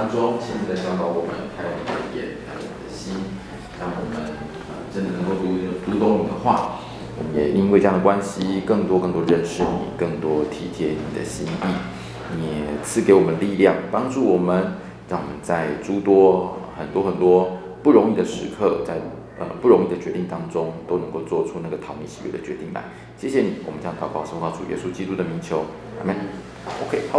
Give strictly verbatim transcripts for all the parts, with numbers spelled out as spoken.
当中，亲自的教导我们，开我们的眼，开我们的心，让我们呃真的能够读读懂你的话。我们也因为这样的关系，更多更多认识你，更多体贴你的心意。你也赐给我们力量，帮助我们，让我们在诸多很多很多不容易的时刻，在呃不容易的决定当中，都能够做出那个讨你喜悦的决定来。谢谢你，我们将祷告奉靠主耶稣基督的名求，阿门。OK， 好。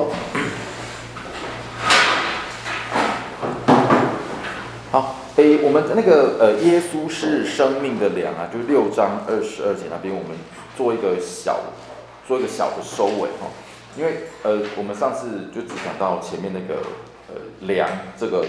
好，诶，我们那个呃，耶稣是生命的粮啊，就是六章二十二节那边，我们做一个小，做一个小的收尾哈。因为呃，我们上次就只讲到前面那个呃粮这个，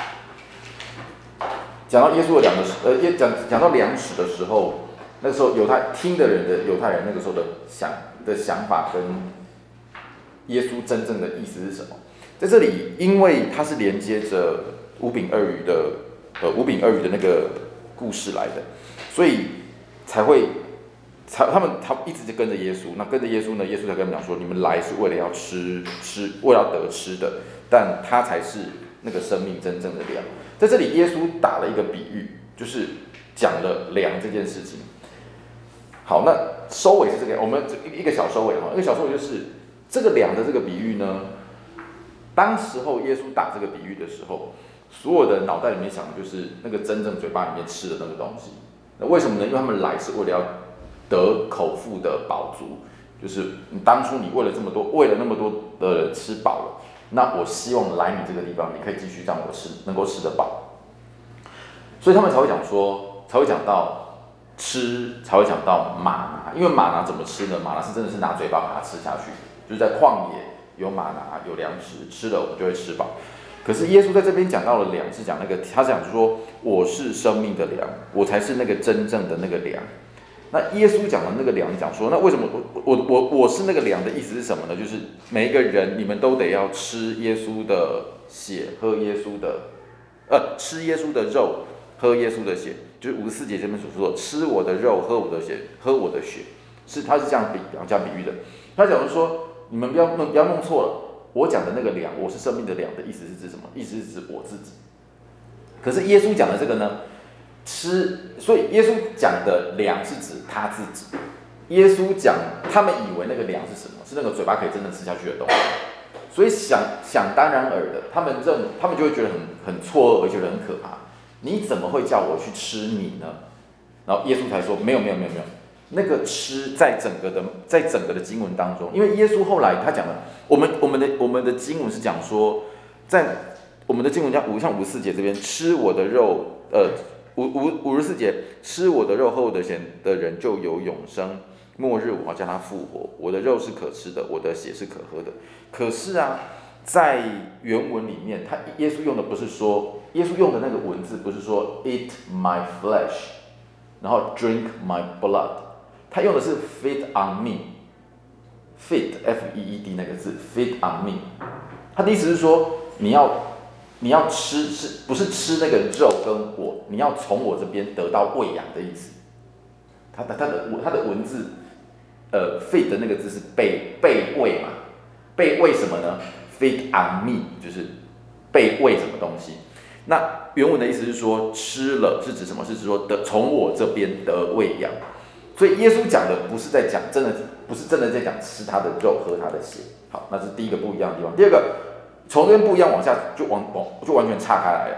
讲到耶稣的粮的时，呃，讲讲到粮食的时候，那个时候犹太听的人的犹太人那个时候的想的想法跟耶稣真正的意思是什么？在这里，因为它是连接着五饼二鱼的呃五饼二鱼的那个故事来的，所以才会才他们他一直就跟着耶稣。那跟着耶稣呢，耶稣才跟他们讲说：你们来是为了要吃吃，为了要得吃的，但他才是那个生命真正的粮。在这里，耶稣打了一个比喻，就是讲了粮这件事情。好，那收尾是这个，我们一个小收尾哈，一个小收尾就是这个粮的这个比喻呢。当时候耶稣打这个比喻的时候，所有的脑袋里面想的就是那个真正嘴巴里面吃的那个东西。那为什么呢？因为他们来是为了要得口腹的饱足，就是你当初你为了这么多，为了那么多的人吃饱了，那我希望来你这个地方，你可以继续让我吃，能够吃得饱。所以他们才会讲说，才会讲到吃，才会讲到玛拿。因为玛拿怎么吃呢？玛拿是真的是拿嘴巴把它吃下去，就是在旷野。有玛拿，有粮食，吃了我们就会吃饱。可是耶稣在这边讲到了粮，是讲那个他讲说我是生命的粮，我才是那个真正的那个粮。那耶稣讲的那个粮，讲说那为什么我我我我是那个粮的意思是什么呢？就是每一个人你们都得要吃耶稣的血，喝耶稣的呃吃耶稣的肉，喝耶稣的血，就是五十四节这边所说的吃我的肉，喝我的血，喝我的血，是他是这样比这样比喻的。他讲的说。你们不要弄，不要弄错了。我讲的那个粮，我是生命的粮的意思是指什么？意思是指我自己。可是耶稣讲的这个呢，吃，所以耶稣讲的粮是指他自己。耶稣讲，他们以为那个粮是什么？是那个嘴巴可以真的吃下去的东西。所以想想当然尔的，他们认，他们就会觉得很很错愕，会觉得很可怕。你怎么会叫我去吃你呢？然后耶稣才说，没有没有没有没有。那个吃在整个的在整个的经文当中，因为耶稣后来他讲了，我们我们的我们的经文是讲说，在我们的经文叫五像五十四节这边，吃我的肉，呃五五五十四节，吃我的肉喝我的血的人就有永生，末日我要将他复活，我的肉是可吃的，我的血是可喝的。可是啊，在原文里面，他耶稣用的不是说，耶稣用的那个文字不是说 eat my flesh， 然后 drink my blood。他用的是 feed on me，feed F E E D 那个字 feed on me， 他的意思是说你要你要吃是不是吃那个肉跟我，你要从我这边得到喂养的意思。他的他的他的文字，呃 feed 的那个字是被被喂嘛，被喂什么呢 ？feed on me 就是被喂什么东西。那原文的意思是说吃了是指什么？是指说得从我这边得喂养。所以耶稣讲的不是在讲真的，不是真的在讲吃他的肉喝他的血。好，那是第一个不一样的地方。第二个，从这边不一样往下就往往就完全岔开来了。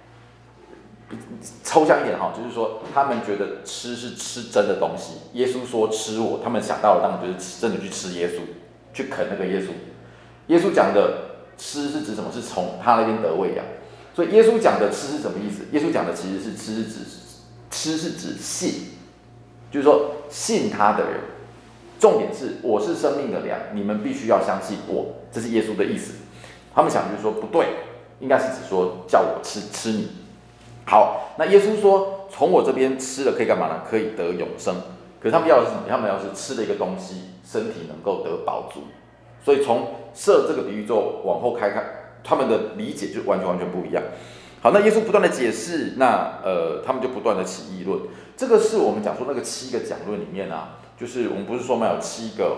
抽象一点哈，就是说他们觉得吃是吃真的东西。耶稣说吃我，他们想到的当然就是真的去吃耶稣，去啃那个耶稣。耶稣讲的吃是指什么？是从他那边得喂养。所以耶稣讲的吃是什么意思？耶稣讲的其实是吃是指吃是指信。就是说，信他的人，重点是我是生命的粮，你们必须要相信我，这是耶稣的意思。他们想就是说不对，应该是指说叫我吃吃你。好，那耶稣说从我这边吃了可以干嘛呢？可以得永生。可是他们要的是什么？他们要是吃了一个东西，身体能够得饱足。所以从设这个比喻之后往后开开，他们的理解就完全完全不一样。好，那耶稣不断的解释，那呃，他们就不断的起议论。这个是我们讲说那个七个讲论里面啊，就是我们不是说嘛有七个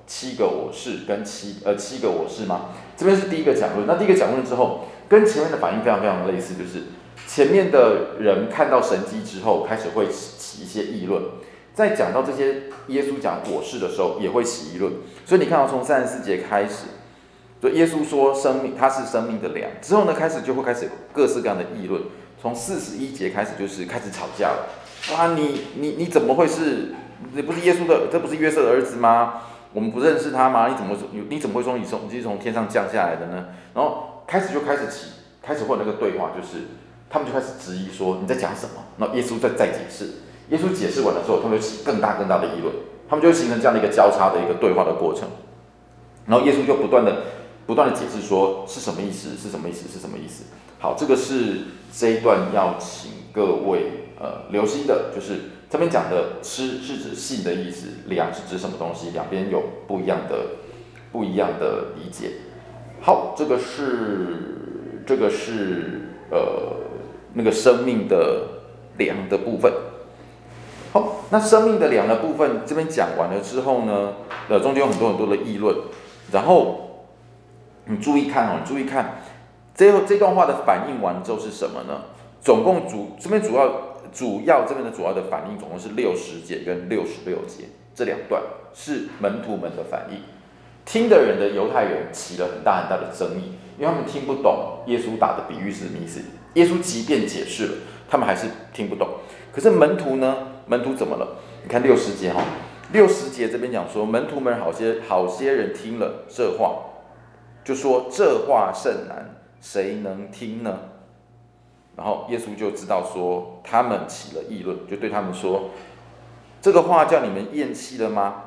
七个我是跟七呃七个我是吗？这边是第一个讲论。那第一个讲论之后，跟前面的反应非常非常类似，就是前面的人看到神迹之后，开始会起一些议论。在讲到这些耶稣讲我是的时候，也会起议论。所以你看到从三十四节开始，就耶稣说生命，他是生命的粮。之后呢，开始就会开始各式各样的议论。从四十一节开始就是开始吵架了。啊，你你你怎么会是？你不是耶稣的，这不是约瑟的儿子吗？我们不认识他吗？你怎么你怎么会说你从你是从天上降下来的呢？然后开始就开始起，开始会有那个对话，就是他们就开始质疑说你在讲什么？然后耶稣再再解释。耶稣解释完了之后，他们就起更大更大的议论，他们就会形成这样的一个交叉的一个对话的过程。然后耶稣就不断的、不断的解释说是什么意思，是什么意思，是什么意思。好，这个是这一段要请各位呃留心的，就是这边讲的吃是指信的意思，粮是指什么东西，两边有不一样的、不一样的理解。好，这个是这个是呃那个生命的粮的部分。好，那生命的粮的部分这边讲完了之后呢，呃，中间有很多很多的议论，然后你注意看哦，你注意看，这这段话的反应完之后是什么呢？总共主这边主要主要这边的主要的反应总共是六十节跟六十六节，这两段是门徒们的反应。听的人的犹太人起了很大很大的争议，因为他们听不懂耶稣打的比喻是什么意思。耶稣即便解释了，他们还是听不懂。可是门徒呢？门徒怎么了？你看六十节哈，六十节这边讲说，门徒们好些好些人听了这话，就说这话甚难，谁能听呢？然后耶稣就知道说他们起了议论，就对他们说：这个话叫你们厌弃了吗？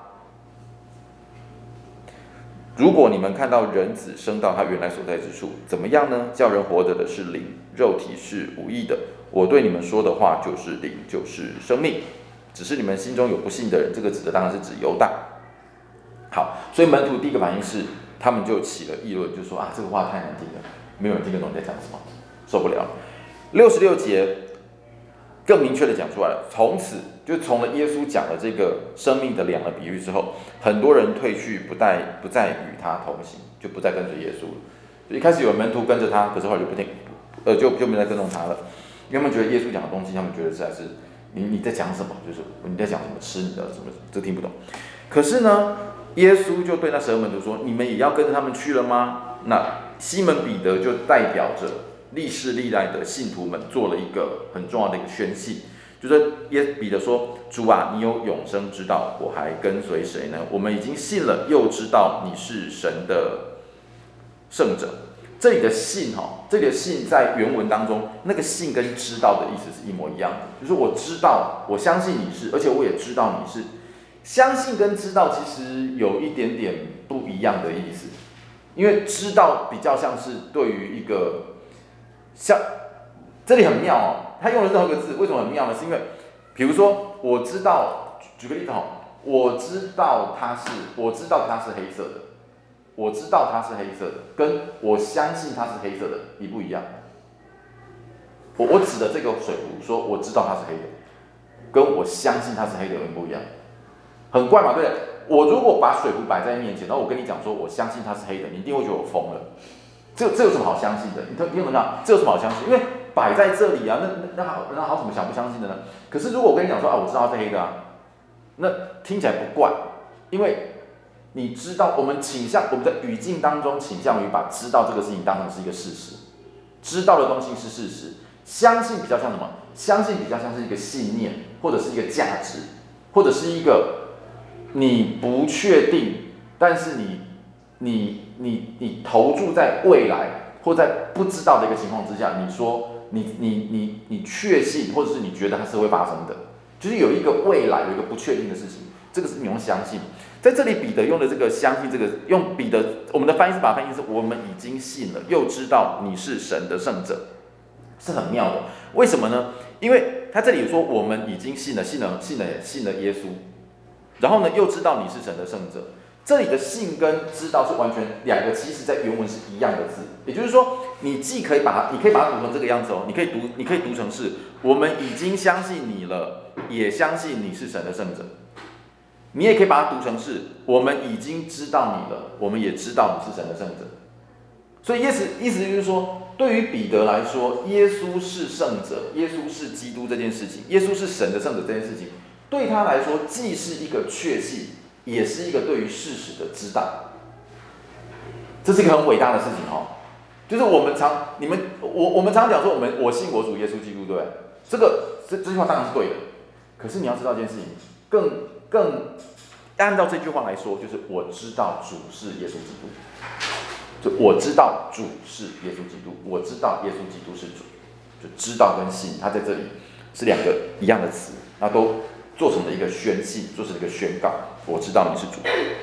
如果你们看到人子升到他原来所在之处，怎么样呢？叫人活着的是灵，肉体是无益的。我对你们说的话就是灵，就是生命。只是你们心中有不信的人，这个指的当然是指犹大。好，所以门徒第一个反应是，他们就起了议论，就说啊，这个话太难听了，没有人听得懂你在讲什么，受不了。六十六节更明确的讲出来了，从此就从了耶稣讲了这个生命的粮的比喻之后，很多人退去，不再不再与他同行，就不再跟随耶稣了。就一开始有门徒跟着他，可是后来就不听，呃，就就没再跟从他了，因为他们觉得耶稣讲的东西，他们觉得实在是你你在讲什么，就是你在讲什么吃你的什么，这听不懂。可是呢，耶稣就对那十二门徒说：“你们也要跟着他们去了吗？”那西门彼得就代表着历世历代的信徒们做了一个很重要的一个宣信，就是耶彼得说：“主啊，你有永生之道，我还跟随谁呢？我们已经信了，又知道你是神的圣者。”这里的信哈，这里的信在原文当中，那个信跟知道的意思是一模一样的，就是我知道，我相信你是，而且我也知道你是。相信跟知道其实有一点点不一样的意思，因为知道比较像是对于一个像，这里很妙哦，他用了这个字，为什么很妙呢？是因为，比如说我知道，举个例子哈，我知道它是，我知道它是黑色的。我知道它是黑色的，跟我相信它是黑色的一不一样？我我指的这个水壶说我知道它是黑的，跟我相信它是黑的有点不一样，很怪嘛，对不对？我如果把水壶摆在面前，然后我跟你讲说我相信它是黑的，你一定会觉得我疯了。这这有什么好相信的？你听听懂吗？这有什么好相信？因为摆在这里啊，那那那好，那好怎么想不相信的呢？可是如果我跟你讲说啊，我知道它是黑的啊，那听起来不怪，因为你知道，我们倾向我们的语境当中倾向于把知道这个事情当成是一个事实，知道的东西是事实，相信比较像什么？相信比较像是一个信念，或者是一个价值，或者是一个你不确定，但是你你你你投注在未来或在不知道的一个情况之下，你说你你你你确信，或者是你觉得它是会发生的，就是有一个未来，有一个不确定的事情，这个是你用相信。在这里，彼得用的这个相信，这个用彼得，我们的翻译是把它翻译是我们已经信了，又知道你是神的圣者，是很妙的。为什么呢？因为他这里说我们已经信了，信了，信了，信了耶稣，然后呢，又知道你是神的圣者。这里的信跟知道是完全两个，其实在原文是一样的字，也就是说，你既可以把它，你可以把它读成这个样子哦，你可以读，你可以读成是我们已经相信你了，也相信你是神的圣者。 你也可以把它读成是我们已经知道你了，我们也知道你是神的圣者。所以意思意思就是说，对于彼得来说，耶稣是圣者，耶稣是基督这件事情，耶稣是神的圣者这件事情，对他来说既是一个确信，也是一个对于事实的知道。这是一个很伟大的事情哦。就是我们常你们我我们常讲说我们我信我主耶稣基督，对不对？这个这这句话当然是对的，可是你要知道一件事情，更更按照这句话来说，就是我知道主是耶稣基督，就我知道主是耶稣基督，我知道耶稣基督是主，就知道跟信，它在这里是两个一样的词，那都做成了一个宣信，做成了一个宣告，我知道你是主。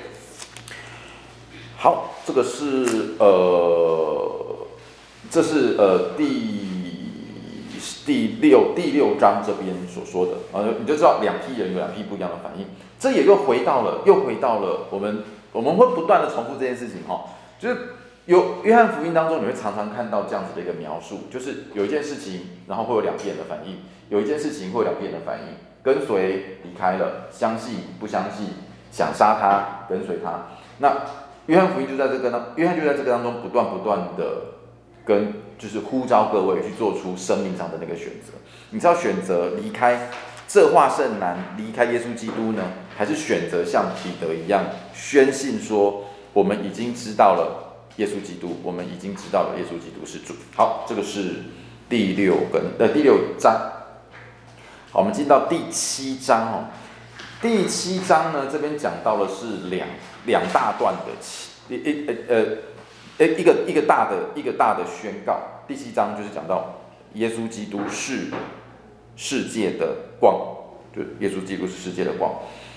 好，这个是呃，这是呃第第六第六章这边所说的啊，你就知道两批人有两批不一样的反应。这也又回到了，又回到了我们我们会不断的重复这件事情哈，就是有约翰福音当中你会常常看到这样子的一个描述，就是有一件事情，然后会有两批人的反应，有一件事情会有两批人的反应，跟随离开了，相信不相信，想杀他，跟随他。那约翰福音就在这个呢，约翰就在这个当中不断不断的跟就是呼召各位去做出生命上的那个选择。你是要选择离开这话甚难，离开耶稣基督呢，还是选择像彼得一样宣信说，我们已经知道了耶稣基督，我们已经知道了耶稣基督是主。好，这个是第六跟呃第六章。好，我们进到第七章哦。第七章呢，这边讲到的是两两大段的一一呃呃一个一个大的一个大的宣告。第七章就是讲到耶稣基督是世界的光，就耶稣基督是世界的光。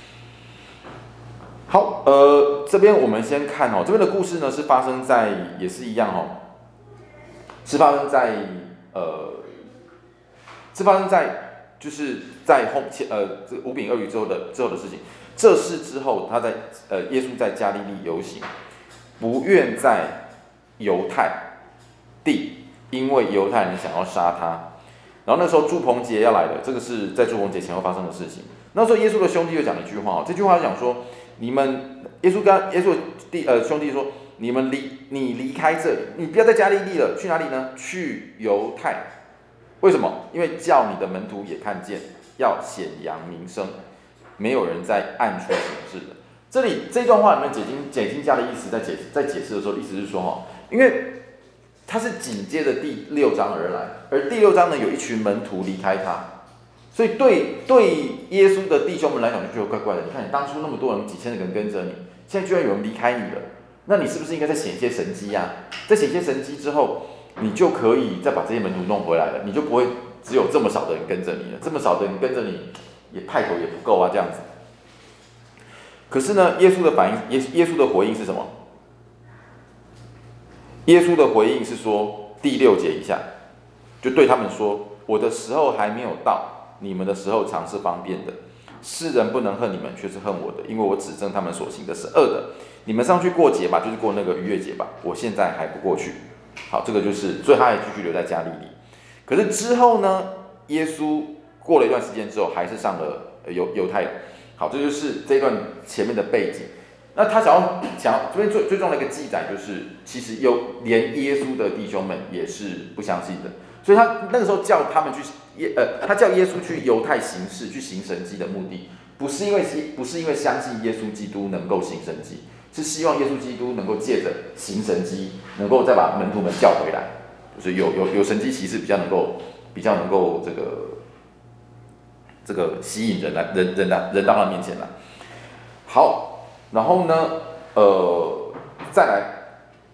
好，呃，这边我们先看哦，这边的故事呢是发生在也是一样哦，是发生在呃是发生在。就是在后呃这五饼二鱼之后的之后的事情，这事之后，他在呃耶稣在加利利游行，不愿在犹太地，因为犹太人想要杀他。然后那时候祝棚节要来了，这个是在祝棚节前后发生的事情。那时候耶稣的兄弟就讲了一句话，这句话讲说：你们耶稣跟耶稣弟呃兄弟说，你们离你离开这里，你不要在加利利了，去哪里呢？去犹太。为什么？因为叫你的门徒也看见，要显扬名声，没有人在暗处行事的。这里这段话里面解经解经家的意思在解在解释的时候，意思是说哈，因为他是紧接着第六章而来，而第六章呢有一群门徒离开他，所以对对耶稣的弟兄们来讲就觉得怪怪的。你看你当初那么多人几千个人跟着你，现在居然有人离开你了，那你是不是应该再显一些神迹啊？在显一些神迹之后，你就可以再把这些门徒弄回来了，你就不会只有这么少的人跟着你了。这么少的人跟着你，也派头也不够啊，这样子。可是呢，耶稣的反应，耶耶稣的回应是什么？耶稣的回应是说，第六节以下，就对他们说：“我的时候还没有到，你们的时候常是方便的。世人不能恨你们，却是恨我的，因为我指证他们所行的是恶的。你们上去过节吧，就是过那个逾越节吧。我现在还不过去。”好，这个就是，所以他也继续留在加利利。可是之后呢，耶稣过了一段时间之后，还是上了犹犹太人。好，这就是这一段前面的背景。那他想要想要这边最最重要的一个记载，就是其实有连耶稣的弟兄们也是不相信的，所以他那个时候叫他们去耶呃，他叫耶稣去犹太行事，去行神迹的目的，不是因为不是因为相信耶稣基督能够行神迹。是希望耶稣基督能够借着行神迹，能够再把门徒们叫回来，就是有有有神迹奇事比较能够比较能够这个这个吸引人来人人来人到他面前来。好，然后呢，呃，再来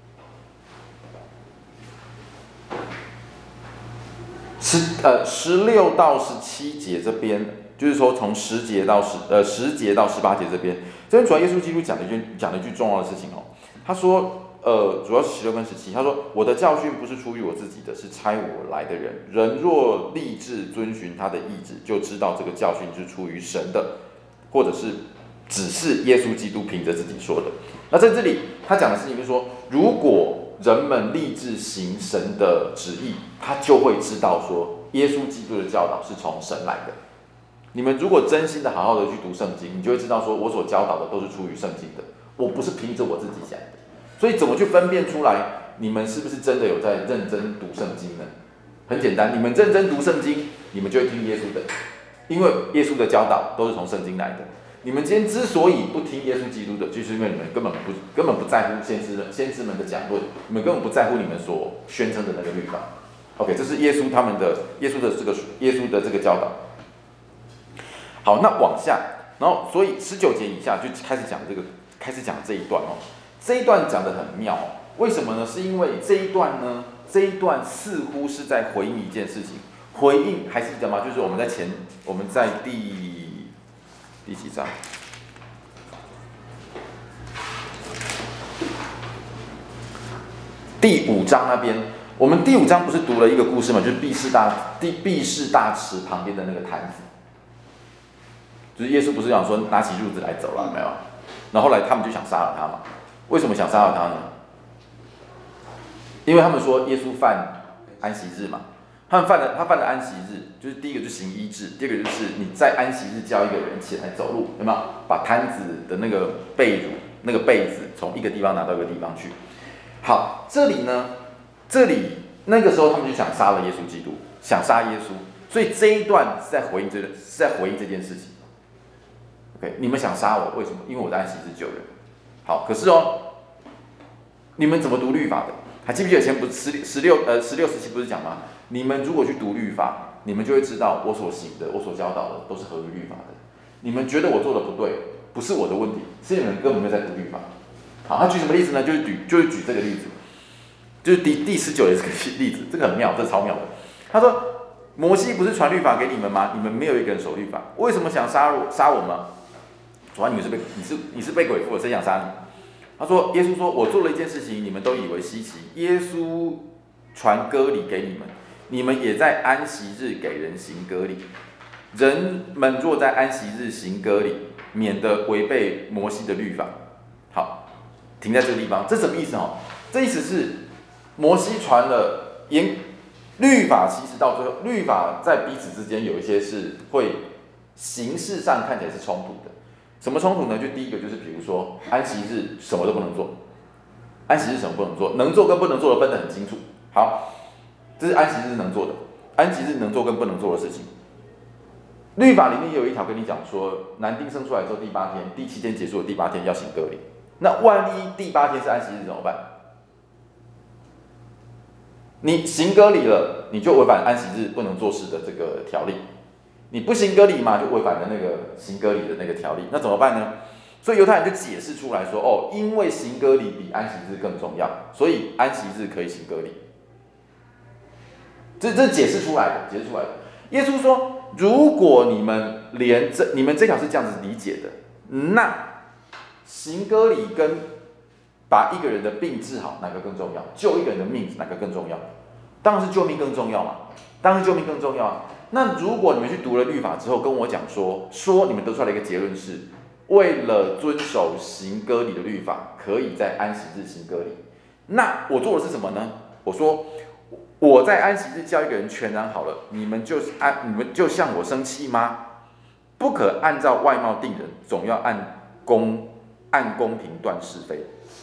十呃十六到十七节这边，就是说从十节到十呃十节到十八节这边。这边主要耶稣基督讲了一句讲了一句重要的事情哦，他说，呃，主要是十六跟十七，他说我的教训不是出于我自己的，是差我来的人。人若立志遵循他的意志，就知道这个教训是出于神的，或者是只是耶稣基督凭着自己说的。那在这里他讲的事情就是说，如果人们立志行神的旨意，他就会知道说耶稣基督的教导是从神来的。 你们如果真心的好好的去读圣经，你就会知道说我所教导的都是出于圣经的，我不是凭着我自己想的。所以怎么去分辨出来你们是不是真的有在认真读圣经呢？很简单，你们认真读圣经，你们就会听耶稣的，因为耶稣的教导都是从圣经来的。你们今天之所以不听耶稣基督的，就是因为你们根本不根本不在乎先知们先知们的讲论，你们根本不在乎你们所宣称的那个律法。OK， 这是耶稣他们的耶稣的这个耶稣的这个教导。好，那往下，然后所以十九节以下就开始讲这个，开始讲这一段哦。这一段讲得很妙哦，为什么呢？是因为这一段呢，这一段似乎是在回应一件事情，回应还记得吗？就是我们在前我们在第第几章？第五章那边，我们第五章不是读了一个故事吗？就是毕士大第毕士大池旁边的那个坛子。就是耶稣不是讲说拿起褥子来走了没有？然后后来他们就想杀了他嘛？为什么想杀了他呢？因为他们说耶稣犯安息日嘛，他们犯了他犯了安息日，就是第一个就是行医治，第二个就是你在安息日叫一个人起来走路，有没有？把摊子的那个被褥、那个被子从一个地方拿到一个地方去。好，这里呢，这里那个时候他们就想杀了耶稣基督，想杀耶稣，所以这一段是在回应这个，是在回应这件事情。OK， 你们想杀我，为什么？因为我在安息日救人。好，可是哦，你们怎么读律法的？还记不记得以前不是十十六呃十六十七不是讲吗？你们如果去读律法，你们就会知道我所行的、我所教导的都是合于律法的。你们觉得我做的不对，不是我的问题，是你们根本没有在读律法。好，他举什么例子呢？就是举就是举这个例子，就是第第十九的这个例子，这个很妙，这超妙的。他说，摩西不是传律法给你们吗？你们没有一个人守律法，为什么想杀我杀我吗？主要你们是被你是你是被鬼附的，谁想杀你？他说，耶稣说，我做了一件事情，你们都以为稀奇。耶稣传割礼给你们，你们也在安息日给人行割礼。人们若在安息日行割礼，免得违背摩西的律法。好，停在这个地方，这什么意思哦？这意思是摩西传了严律法，其实到最后，律法在彼此之间有一些是会形式上看起来是冲突的。什么冲突呢？就第一个就是，比如说安息日什么都不能做，安息日什么不能做，能做跟不能做的分得很清楚。好，这是安息日能做的，安息日能做跟不能做的事情。律法里面也有一条跟你讲说，男丁生出来之后第八天，第七天结束的第八天要行割礼。那万一第八天是安息日怎么办？你行割礼了，你就违反安息日不能做事的这个条例。你不行割礼嘛，就违反了那个行割礼的那个条例，那怎么办呢？所以犹太人就解释出来说，哦，因为行割礼比安息日更重要，所以安息日可以行割礼。这这是解释出来的，解释出来的。耶稣说，如果你们连这你们这条是这样子理解的，那行割礼跟把一个人的病治好哪个更重要？救一个人的命哪个更重要？当然是救命更重要嘛，当然是救命更重要啊。那如果你们去读了律法之后，跟我讲说，说你们得出来的一个结论是，为了遵守行割礼的律法，可以在安息日行割礼。那我做的是什么呢？我说我在安息日叫一个人全然好了，你们就是按你们就向我生气吗？不可按照外貌定人，总要按公按公平断是非。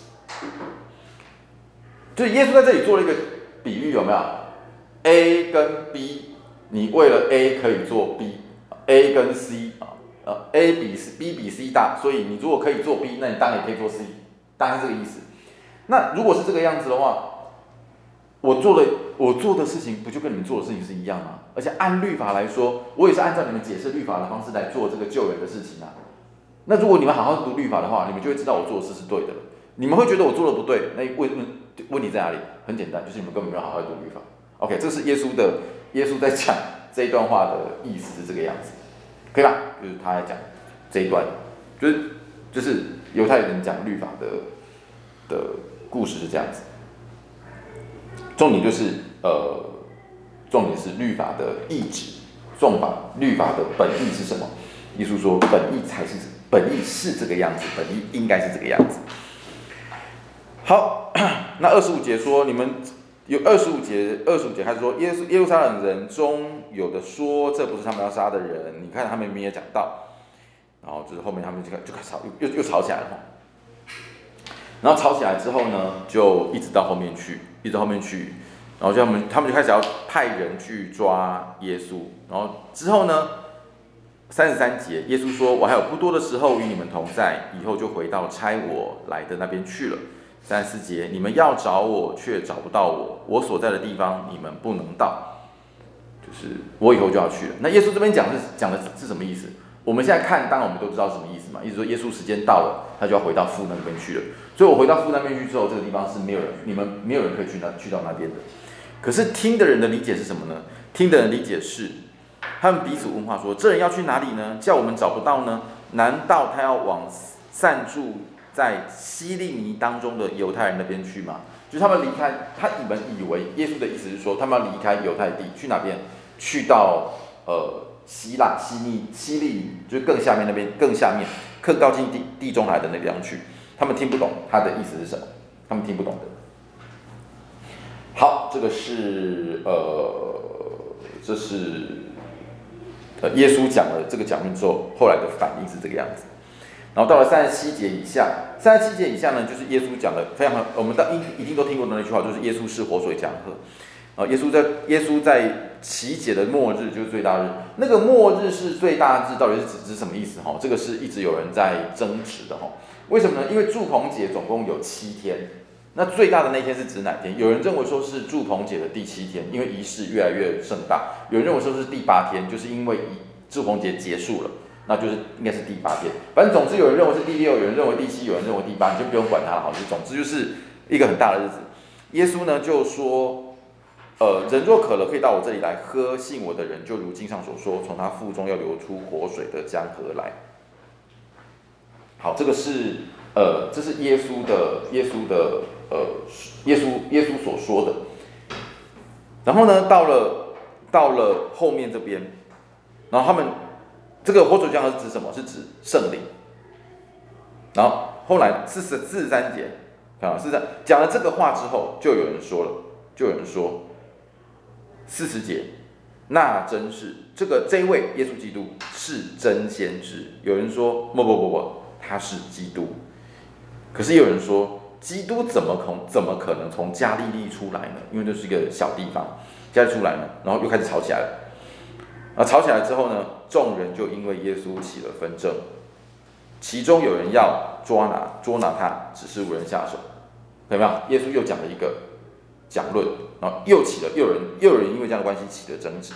就是耶稣在这里做了一个比喻，有没有 ？A 跟 B。你为了 A 可以做 B，A 跟 C 啊，A 比 B 比 C 大，所以你如果可以做 B， 那你当然也可以做 C， 当然是这个意思。那如果是这个样子的话，我做的我做的事情不就跟你们做的事情是一样吗？而且按律法来说，我也是按照你们解释律法的方式来做这个救人的事情啊。那如果你们好好读律法的话，你们就会知道我做的事是对的了。你们会觉得我做的不对，那问问问题在哪里？很简单，就是你们根本没有好好读律法。OK， 这是耶稣的。耶稣在讲这一段话的意思是这个样子，可以吧？就是他在讲这一段，就是就是犹太人讲律法的的故事是这样子。重点就是呃，重点是律法的意旨，重法律法的本意是什么？耶稣说本意才是本意是这个样子，本意应该是这个样子。好，那二十五节说你们。 有二十五节，二十五节开始说，耶稣耶路撒冷人中有的说，这不是他们要杀的人。你看他们明明也讲到，然后就是后面他们就开就开始吵，又又吵起来了。然后吵起来之后呢，就一直到后面去，一直到后面去，然后就他们他们就开始要派人去抓耶稣。然后之后呢，三十三节，耶稣说：“我还有不多的时候与你们同在，以后就回到差我来的那边去了。”三十四节，你们要找我，却找不到我，我所在的地方你们不能到，就是我以后就要去了。那耶稣这边讲的是讲的是什么意思？我们现在看，当然我们都知道什么意思嘛，意思说耶稣时间到了，他就要回到父那边去了。所以我回到父那边去之后，这个地方是没有人，你们没有人可以去那去到那边的。可是听的人的理解是什么呢？听的人理解是，他们彼此问话说：这人要去哪里呢？叫我们找不到呢？难道他要往散住在希利尼当中的犹太人那边去吗？就是他们离开，他们以为耶稣的意思是说，他们要离开犹太地，去哪边？去到呃希腊、希利、希利尼，就是更下面那边，更下面、更靠近地地中海的那个地方去。他们听不懂他的意思是什么，他们听不懂的。好，这个是呃，这是呃耶稣讲了这个讲论之后，后来的反应是这个样子。然后到了三十七节以下，三十七节以下呢，就是耶稣讲的非常，我们到一定都听过的那句话，就是耶稣是活水江河。啊，耶稣在耶稣在期节的末日就是最大日，那个末日是最大日，到底是指指什么意思？哈，这个是一直有人在争执的哈。为什么呢？因为祝棚节总共有七天，那最大的那天是指哪天？有人认为说是祝棚节的第七天，因为仪式越来越盛大；有人认为说是第八天，就是因为祝棚节结束了。那就是应该是第八天，反正总之有人认为是第六，有人认为第七，有人认为第八，你就不用管它了，好，就总之就是一个很大的日子。耶稣呢就说，呃，人若渴了，可以到我这里来喝，信我的人就如经上所说，从他腹中要流出活水的江河来。好，这个是呃，这是耶稣的耶稣的呃耶稣耶稣所说的。然后呢，到了到了后面这边，然后他们。这个活水江河是指什么？是指圣灵。然后后来四十四十三节啊，四十三讲了这个话之后，就有人说了，就有人说四十节，那真是这个这一位耶稣基督是真先知。有人说不不不不，他是基督。可是也有人说，基督怎么可怎么可能从加利利出来呢？因为这是一个小地方，加利利出来呢，然后又开始吵起来了。啊，吵起来之后呢，众人就因为耶稣起了纷争，其中有人要抓拿捉拿他，只是无人下手。有没有？耶稣又讲了一个讲论，然后又起了又有人又有人因为这样的关系起了争执。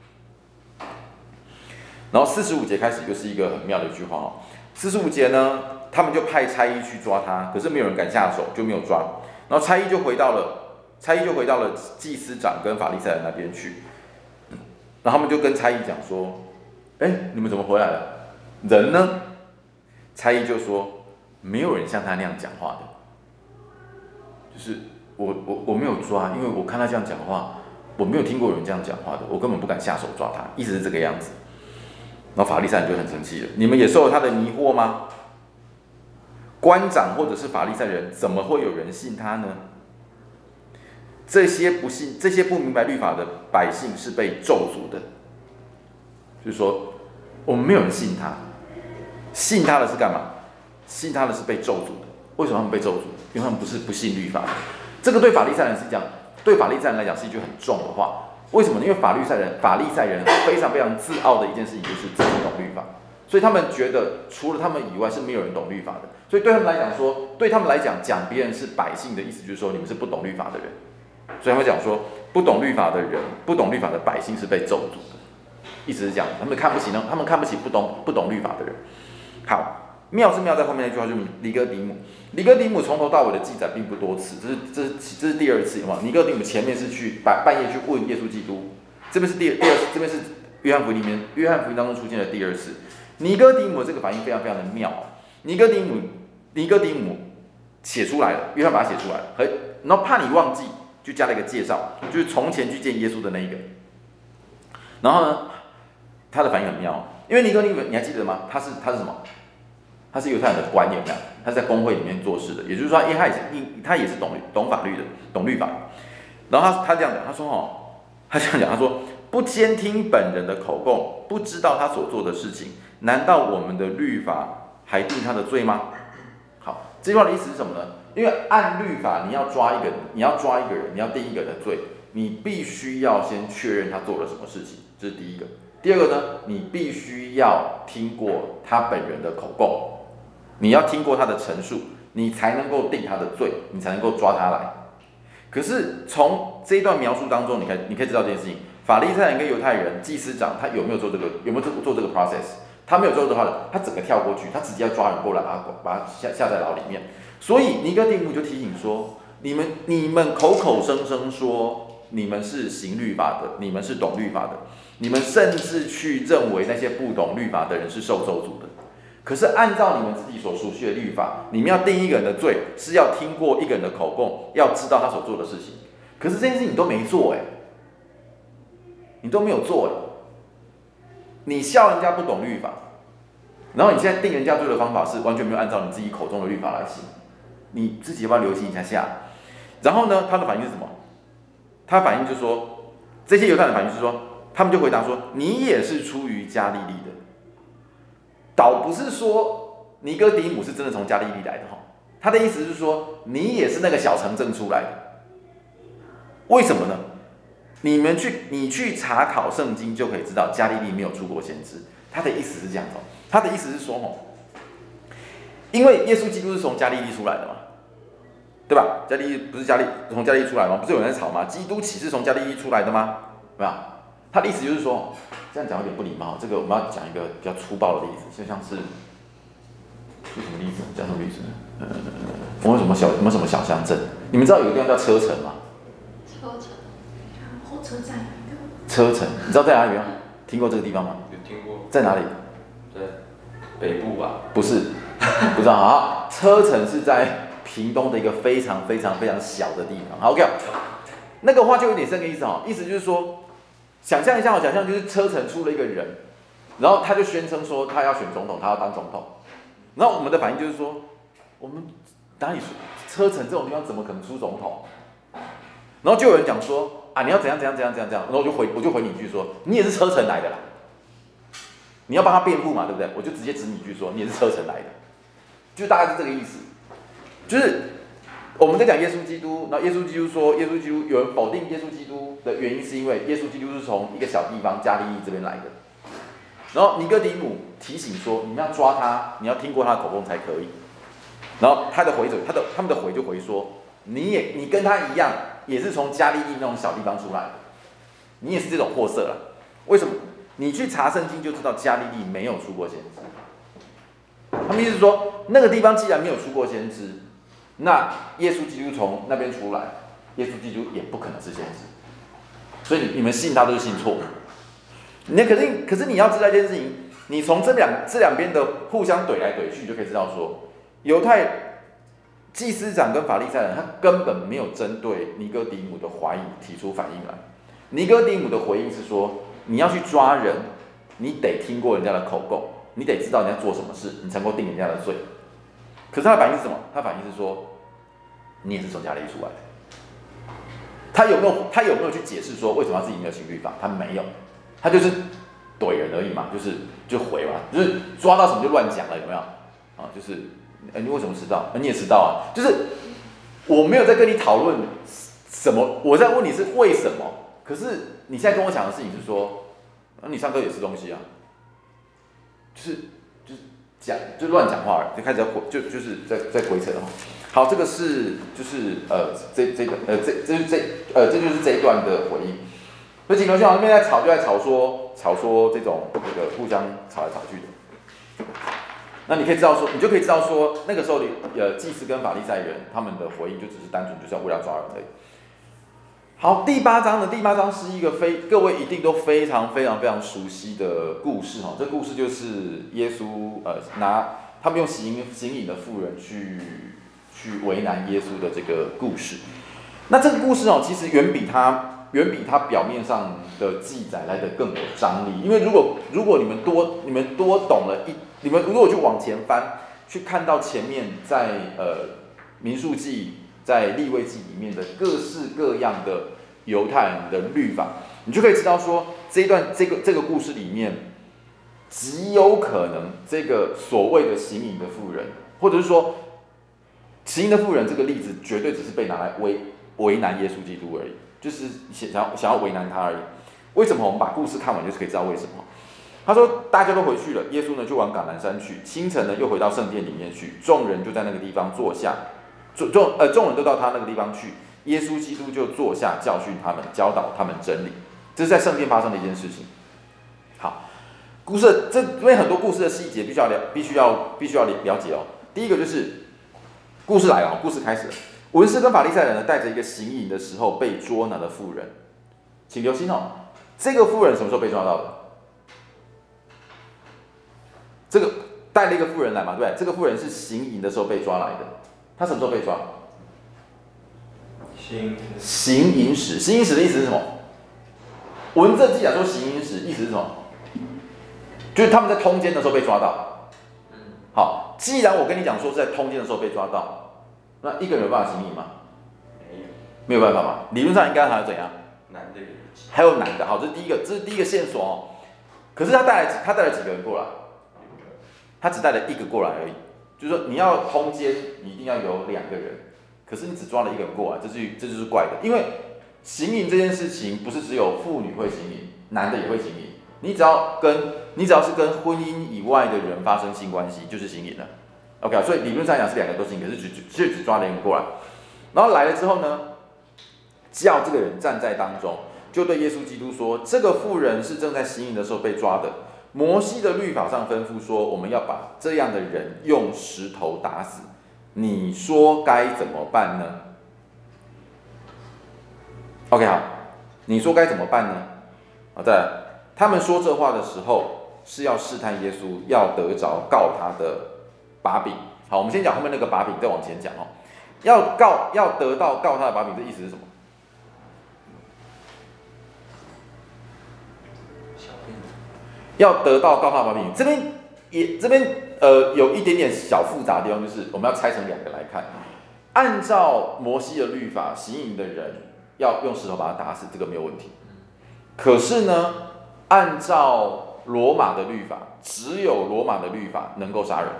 然后四十五节开始又是一个很妙的一句话哦。四十五节呢，他们就派差役去抓他，可是没有人敢下手，就没有抓。然后差役就回到了差役就回到了祭司长跟法利赛人那边去。然后他们就跟差役讲说：“哎，你们怎么回来了？人呢？”差役就说：“没有人像他那样讲话的，就是我我我没有抓，因为我看他这样讲话，我没有听过有人这样讲话的，我根本不敢下手抓他，意思是这个样子。”然后法利赛人就很生气了：“你们也受了他的迷惑吗？官长或者是法利赛人，怎么会有人信他呢？这些不信、这些不明白律法的百姓是被咒诅的。”就是说，我们没有人信他，信他的是干嘛？信他的是被咒诅的。为什么他们被咒诅？因为他们不是不信律法的。这个对法利赛人是讲，对法利赛人来讲是一句很重的话。为什么？因为法利赛人、法利赛人非常非常自傲的一件事情就是自己懂律法，所以他们觉得除了他们以外是没有人懂律法的。所以对他们来讲说，对他们来讲讲别人是百姓的意思就是说你们是不懂律法的人。所以他们讲说，不懂律法的人，不懂律法的百姓是被咒诅的，意思是这样，他们看不起呢，他们看不起不懂不懂律法的人。好，妙是妙在后面那句话，就是尼哥底母。尼哥底母从头到尾的记载并不多次，这是这是这是第二次嘛？尼哥底母前面是去半半夜去问耶稣基督，这边是第第二次，这边是约翰福音里面，约翰福音当中出现的第二次。尼哥底母这个反应非常非常的妙。尼哥底母尼哥底母写出来了，约翰把它写出来了，然后怕你忘记。就加了一个介绍，就是从前去见耶稣的那一个。然后呢，他的反应很妙，因为尼哥底母，你还记得吗？他是他是什么？他是犹太人的官，有没有？他是在公会里面做事的，也就是说，因为他也是他也是懂懂法律的，懂律法。 然后他他这样讲，他说哦，他这样讲，他说不监听本人的口供，不知道他所做的事情，难道我们的律法还定他的罪吗？好，这句话的意思是什么呢？因为按律法，你要抓一个人，你要抓一个人，你要定一个人的罪，你必须要先确认他做了什么事情，这是第一个。第二个呢，你必须要听过他本人的口供，你要听过他的陈述，你才能够定他的罪，你才能够抓他来。可是从这一段描述当中，你可以你可以知道这件事情，法利赛人跟犹太人祭司长他有没有做这个有没有做这个 process？ 他没有做的话，他整个跳过去，他直接要抓人过来，把他把他下下在牢里面。所以尼哥底母就提醒说：你们你们口口声声说你们是行律法的，你们是懂律法的，你们甚至去认为那些不懂律法的人是受咒诅的。可是按照你们自己所熟悉的律法，你们要定一个人的罪，是要听过一个人的口供，要知道他所做的事情。可是这件事情你都没做哎，你都没有做哎，你笑人家不懂律法，然后你现在定人家罪的方法是完全没有按照你自己口中的律法来行，你自己要不要留心一下下？然后呢，他的反应是什么？他反应就是说，这些犹太人的反应是说，他们就回答说：“你也是出于加利利的。”倒不是说尼哥底母是真的从加利利来的哈，他的意思是说，你也是那个小城镇出来的。为什么呢？你们去，你去查考圣经就可以知道，加利利没有出过先知。他的意思是这样子，他的意思是说，吼，因为耶稣基督是从加利利出来的嘛，对吧？加利利不是加利从加利利出来吗？不是有人在吵吗？基督岂是从加利利出来的吗？对吧？他的意思就是说，这样讲有点不礼貌。这个我们要讲一个比较粗暴的例子，就像是，举什么例子？讲什么例子？呃，我们有什么小，有没有什么小乡镇？你们知道有个地方叫车城吗？ 车城，火车站有一个。 车城，你知道在哪里吗？听过这个地方吗？ 有听过。 在哪里？ 在北部吧？ 不是，不知道啊。车城是在屏东的一个非常非常非常小的地方。好 ，OK， 那个话就有点这个意思哈，意思就是说，想象一下，我想象就是车城出了一个人，然后他就宣称说他要选总统，他要当总统，然后我们的反应就是说，我们哪里车城这种地方怎么可能出总统？然后就有人讲说啊，你要怎样怎样怎样怎样怎样，然后我就回我就回你一句说，你也是车城来的啦，你要帮他辩护嘛，对不对？我就直接指你一句说，你也是车城来的，就大概是这个意思，就是我们在讲耶稣基督，然后耶稣基督说，耶稣基督有人否定耶稣基督的原因是因为耶稣基督是从一个小地方加利利这边来的，然后尼哥底母提醒说，你们要抓他，你要听过他的口供才可以。然后他的回嘴，他的他们的回就回说，你也你跟他一样，也是从加利利那种小地方出来的，你也是这种货色啦。为什么？你去查圣经就知道加利利没有出过先知。他们意思是说，那个地方既然没有出过先知，那耶稣基督从那边出来，耶稣基督也不可能是先知。所以你们信他都是信错。那可是可是你要知道一件事情，你从这两这两边的互相怼来怼去，你就可以知道说，犹太祭司长跟法利赛人，他根本没有针对尼哥底母的怀疑提出反应来。尼哥底母的回应是说，你要去抓人，你得听过人家的口供，你得知道人家做什么事，你才能够定人家的罪。可是他的反应是什么？他的反应是说，你也是从加利利出来的。他有没有他有没有去解释说为什么他自己没有行律法？他没有，他就是怼人而已嘛，就是就回嘛，就是抓到什么就乱讲了，有没有？啊，就是，哎，你为什么迟到？你也迟到啊？就是我没有在跟你讨论什么，我在问你是为什么。可是你现在跟我讲的事情是说，啊、你上课也吃东西啊，就是就是讲就乱讲话了，就开始在就就是在在鬼扯了。好，这个是就是呃这这个呃这这是这呃这就是这一段的回应。所以景德兄那边在吵就在吵说吵说这种这个互相吵来吵去的。那你可以知道说，你就可以知道说，那个时候的呃祭司跟法利赛人他们的回应就只是单纯就是要为了抓人而已。好，第八章呢，第八章是一个非各位一定都非常非常非常熟悉的故事哈。这个故事就是耶稣呃拿他们用行行淫的妇人去去为难耶稣的这个故事。那这个故事哦，其实远比他远比他表面上的记载来得更有张力。因为如果如果你们多你们多懂了一，你们如果去往前翻，去看到前面在呃民数记、在利未记里面的各式各样的犹太人的律法，你就可以知道说这一段这个这个故事里面，极有可能这个所谓的行淫的妇人，或者是说行淫的妇人这个例子，绝对只是被拿来为为难耶稣基督而已，就是想要想要为难他而已。为什么？我们把故事看完就是可以知道为什么。他说大家都回去了，耶稣呢就往橄榄山去，清晨呢又回到圣殿里面去，众人就在那个地方坐下，众众呃众人都到他那个地方去，耶稣基督就坐下教训他们，教导他们真理。这是在圣殿发生的一件事情。好，故事这因为很多故事的细节必须要了必须要必须要了解哦。第一个就是故事来了，故事开始了。文士跟法利赛人呢带着一个行淫的时候被捉拿的妇人，请留心哦，这个妇人什么时候被抓到的？这个带了一个妇人来嘛，对不对？这个妇人是行淫的时候被抓来的，她什么时候被抓？ 行行淫时，行淫时的意思是什么？文字记载说行淫时，意思是什么？就是他们在通奸的时候被抓到。好，既然我跟你讲说是在通奸的时候被抓到，那一个人有办法行淫吗？ 没有， 没有办法嘛。理论上应该还要怎样？ 男的有还有男的，好，这是第一个，这是第一个线索哦。可是他带来他带了几个人过来？他只带了一个过来而已，就是说你要通奸，你一定要有两个人，可是你只抓了一个人过来，这是这就是怪的。因为行淫这件事情不是只有妇女会行淫，男的也会行淫。你只要跟你只要是跟婚姻以外的人发生性关系，就是行淫了。OK， 所以理论上讲是两个都行，可是只只只抓了一个过来。然后来了之后呢，叫这个人站在当中，就对耶稣基督说：“这个妇人是正在行淫的时候被抓的。摩西的律法上吩咐说，我们要把这样的人用石头打死。你说该怎么办呢 ？”OK， 好，你说该怎么办呢？好，再来，他们说这话的时候是要试探耶稣，要得着告他的把柄。好，我们先讲后面那个把柄，再往前讲哦。要告，要得到告他的把柄，这意思是什么？要得到告他的把柄，这边也这边呃有一点点小复杂的地方，就是我们要拆成两个来看。按照摩西的律法，行淫的人要用石头把他打死，这个没有问题。可是呢，按照罗马的律法，只有罗马的律法能够杀人，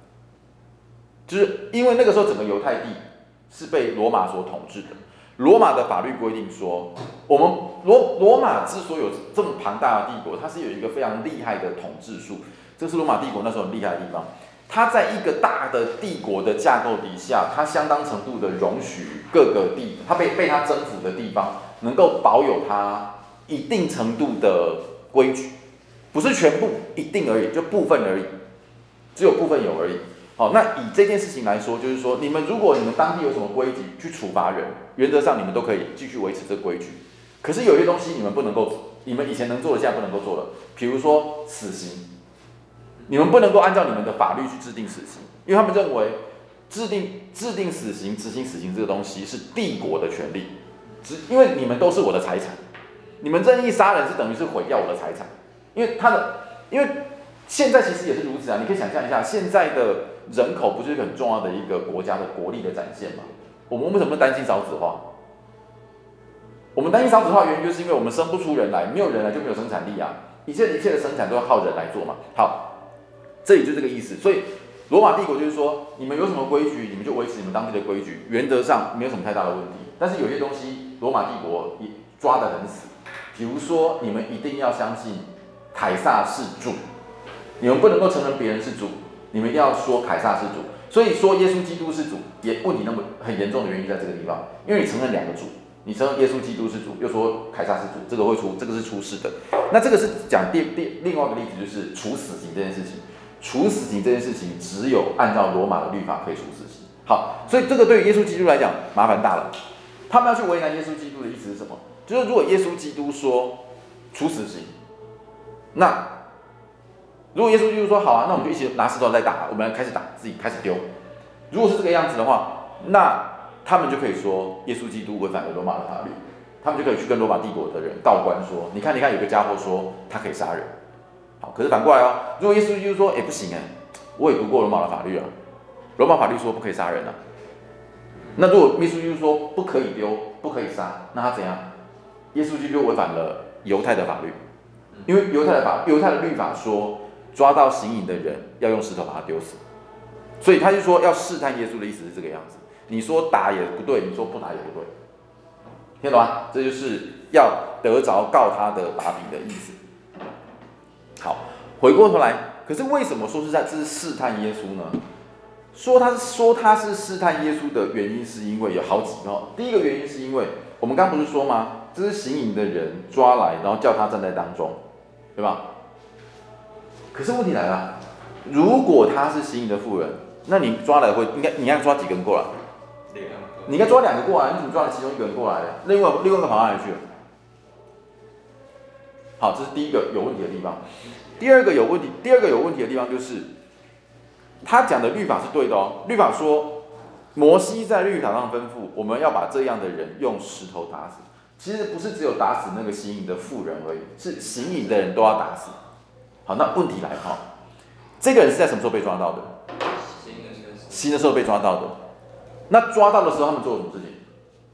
就是因为那个时候整个犹太地是被罗马所统治的。罗马的法律规定说，我们罗罗马之所以有这么庞大的帝国，它是有一个非常厉害的统治术，这是罗马帝国那时候很厉害的地方。它在一个大的帝国的架构底下，它相当程度的容许各个地，它被被它征服的地方能够保有它一定程度的规矩，不是全部，一定而已，就部分而已，只有部分有而已。好，那以这件事情来说，就是说，你们如果你们当地有什么规矩去处罚人，原则上你们都可以继续维持这个规矩。可是有些东西你们不能够，你们以前能做的，现在不能够做了。比如说死刑，你们不能够按照你们的法律去制定死刑，因为他们认为制定制定死刑、执行死刑这个东西是帝国的权利，只因为你们都是我的财产，你们任意杀人是等于是毁掉我的财产，因为他的，因为现在其实也是如此啊。你可以想象一下，现在的人口不是一个很重要的一个国家的国力的展现吗？我们为什么担心少子化？我们担心少子化的原因就是因为我们生不出人来，没有人来就没有生产力啊，一切一切的生产都要靠人来做嘛。好，这里就这个意思。所以罗马帝国就是说，你们有什么规矩，你们就维持你们当地的规矩，原则上没有什么太大的问题。但是有些东西，罗马帝国也抓得很死，比如说你们一定要相信凯撒是主，你们不能够承认别人是主，你们一定要说凯撒是主。所以说耶稣基督是主，也问题那么很严重的原因在这个地方，因为你承认两个主，你承认耶稣基督是主，又说凯撒是主，这个会出，这个是出事的。那这个是讲第第另外一个例子，就是处死刑这件事情。处死刑这件事情，只有按照罗马的律法可以处死刑。好，所以这个对于耶稣基督来讲麻烦大了。他们要去为难耶稣基督的意思是什么？就是如果耶稣基督说处死刑，那如果耶稣基督说好啊，那我们就一起拿石头来打，我们开始打，自己开始丢。如果是这个样子的话，那他们就可以说耶稣基督违反了罗马的法律，他们就可以去跟罗马帝国的人告官说，你看，你看，有个家伙说他可以杀人。好，可是反过来哦，如果耶稣基督说，哎，不行哎，我也读过罗马的法律啊，罗马法律说不可以杀人啊。那如果耶稣基督说不可以丢，不可以杀，那他怎样？ 耶稣基督违反了犹太的法律，因为犹太的法犹太的律法说，抓到行淫的人要用石头把他丢死，所以他就说要试探耶稣的意思是这个样子。你说打也不对，你说不打也不对，听懂吗？这就是要得着告他的把柄的意思。好，回过头来，可是为什么说是在这是试探耶稣呢？说他是说他是试探耶稣的原因，是因为有好几个。第一个原因是因为我们刚不是说吗？这是行淫的人抓来，然后叫他站在当中，对吧？可是问题来了，如果他是行淫的妇人，那你抓来会应该你应该抓几个人过来？你应该抓两个过来，你怎么抓了其中一个人过来了？另外另外一个跑哪里去了？好，这是第一个有问题的地方。第二个有问题，第二个有问题的地方就是，他讲的律法是对的哦。律法说，摩西在律法上吩咐，我们要把这样的人用石头打死。其实不是只有打死那个行淫的妇人而已，是行淫的人都要打死。好，那问题来了哈，这个人是在什么时候被抓到的？行的时候被抓到的。那抓到的时候，他们做了什么事情？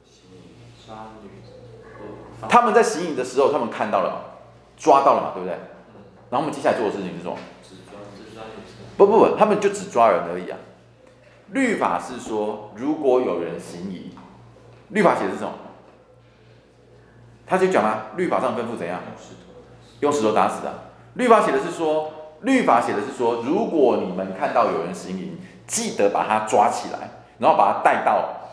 他们在行淫的时候，他们看到了，抓到了嘛，对不对？然后我们接下来做的事情是什么？不不不，他们就只抓人而已啊。律法是说，如果有人行淫，律法写的是什么？他就讲了，律法上吩咐怎样？用石头打死的。律法写的是说，律法写的是说，如果你们看到有人行淫，记得把他抓起来，然后把他带到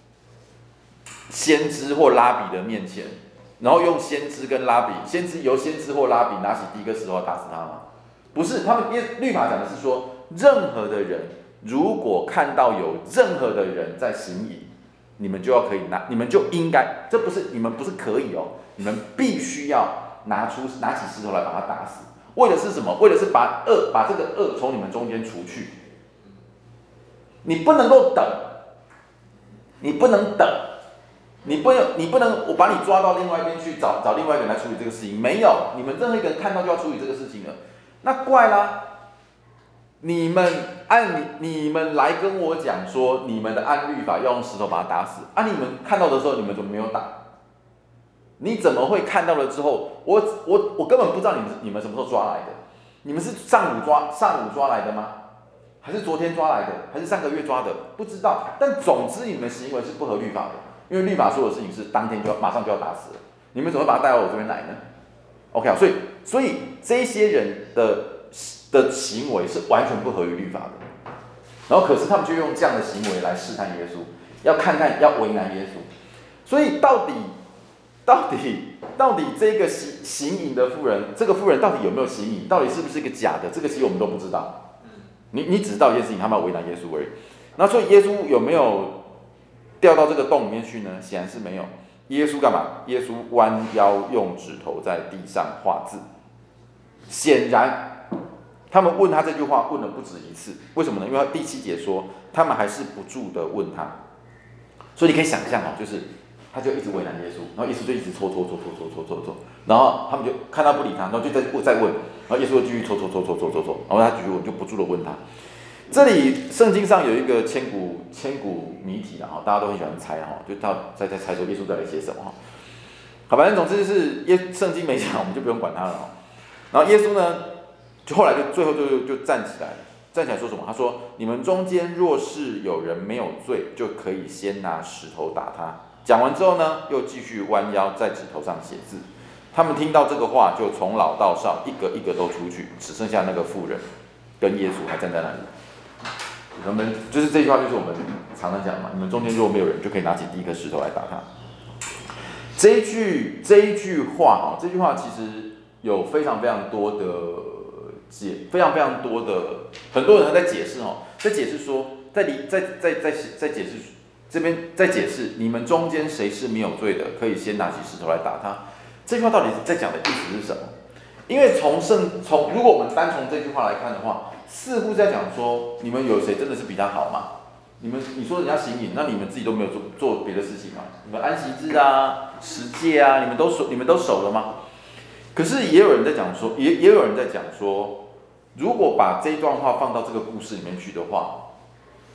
先知或拉比的面前，然后用先知跟拉比，先知由先知或拉比拿起第一个石头打死他吗？不是，他们律法讲的是说，任何的人如果看到有任何的人在行淫，你们就要可以拿，你们就应该，这不是你们不是可以哦，你们必须要拿出拿起石头来把他打死。为的是什么？为的是把恶把这个恶从你们中间除去。你不能够等，你不能等，你不能你不能我把你抓到另外一边去找找另外一个人来处理这个事情，没有，你们任何一个人看到就要处理这个事情了。那怪啦，你们按你你们来跟我讲说，你们的按律法要用石头把他打死，啊，你们看到的时候，你们怎么没有打？你怎么会看到了之后，我我我根本不知道你们你们什么时候抓来的？你们是上午抓上午抓来的吗？还是昨天抓来的？还是上个月抓的？不知道。但总之你们行为是不合律法的，因为律法说的事情是当天就要马上就要打死了，你们怎么会把他带到我这边来呢 ？OK 所以所以这些人的的行为是完全不合于律法的。然后可是他们就用这样的行为来试探耶稣，要看看要为难耶稣。所以到底。到底到底这个行行淫的妇人，这个妇人到底有没有行淫？到底是不是一个假的？这个其实我们都不知道。你你只知道一件事情，他们要为难耶稣而已。那所以耶稣有没有掉到这个洞里面去呢？显然是没有。耶稣干嘛？耶稣弯腰用指头在地上画字。显然，他们问他这句话问了不止一次。为什么呢？因为第七节说，他们还是不住的问他。所以你可以想象哦，就是。他就一直为难耶稣，然后耶稣就一直戳戳戳戳戳戳戳戳，然后他们就看他不理他，然后就再再问，然后耶稣就继续戳戳戳戳戳戳戳，然后他继续问，就不住的问他。这里圣经上有一个千古千古谜题啊，大家都很喜欢猜哈，就他在在猜说耶稣在写什么哈。好，反正总之是耶圣经没讲，我们就不用管他了哈。然后耶稣呢，就后来就最后就就站起来了，站起来说什么？他说：“你们中间若是有人没有罪，就可以先拿石头打他。”讲完之后呢，又继续弯腰在指头上写字。他们听到这个话，就从老到少一个一个都出去，只剩下那个妇人跟耶稣还站在那里。他们就是这句话，就是我们常常讲嘛，你们中间如果没有人，就可以拿起第一颗石头来打他。这一句这一句话，这句话其实有非常非常多的解，非常非常多的很多人在解释哦，在解释说，在在在在在解释。这边在解释，你们中间谁是没有罪的，可以先拿起石头来打他。这句话到底在讲的意思是什么？因为从圣从如果我们单从这句话来看的话，似乎在讲说，你们有谁真的是比他好吗？你们你说人家行淫，那你们自己都没有做做别的事情吗？你们安息日啊、十诫啊，你们都守你们都守了吗？可是也有人在讲说，也也有人在讲说，如果把这段话放到这个故事里面去的话。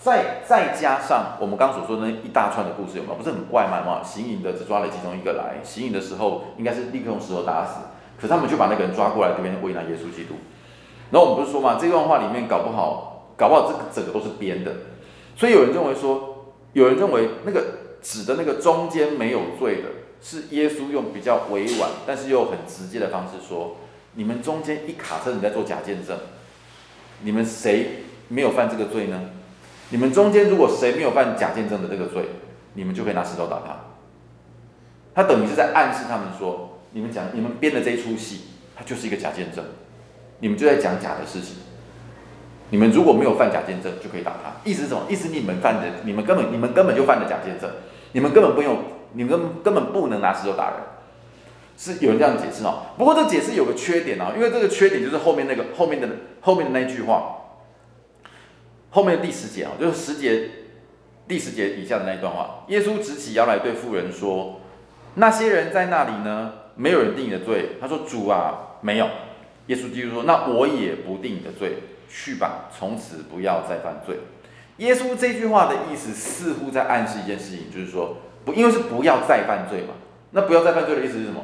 再再加上我们刚刚所说的那一大串的故事，有没有？不是很怪吗？有没有？行淫的只抓了其中一个来，行淫的时候应该是立刻用石头打死，可是他们就把那个人抓过来，对面为难耶稣基督。然后我们不是说嘛，这段话里面搞不好，搞不好这个整个都是编的，所以有人认为说，有人认为那个指的那个中间没有罪的，是耶稣用比较委婉，但是又很直接的方式说，你们中间一卡车你在做假见证，你们谁没有犯这个罪呢？你们中间如果谁没有犯假见证的这个罪，你们就可以拿石头打他。他等于是在暗示他们说，你们讲你们编的这一出戏，它就是一个假见证。你们就在讲假的事情，你们如果没有犯假见证，就可以打他。意思是什么？意思你们犯的，你们根本你们根本就犯了假见证，你们根本不用，你们根本根本不能拿石头打人，是有人这样解释哦。不过这解释有个缺点哦，因为这个缺点就是后面那个后面的后面的那句话，后面的第十节啊，就是十节第十节以下的那一段话，耶稣直起腰来对妇人说：“那些人在那里呢？没有人定你的罪。”他说：“主啊，没有。”耶稣基督说：“那我也不定你的罪，去吧，从此不要再犯罪。”耶稣这句话的意思似乎在暗示一件事情，就是说，不，因为是不要再犯罪嘛。那不要再犯罪的意思是什么？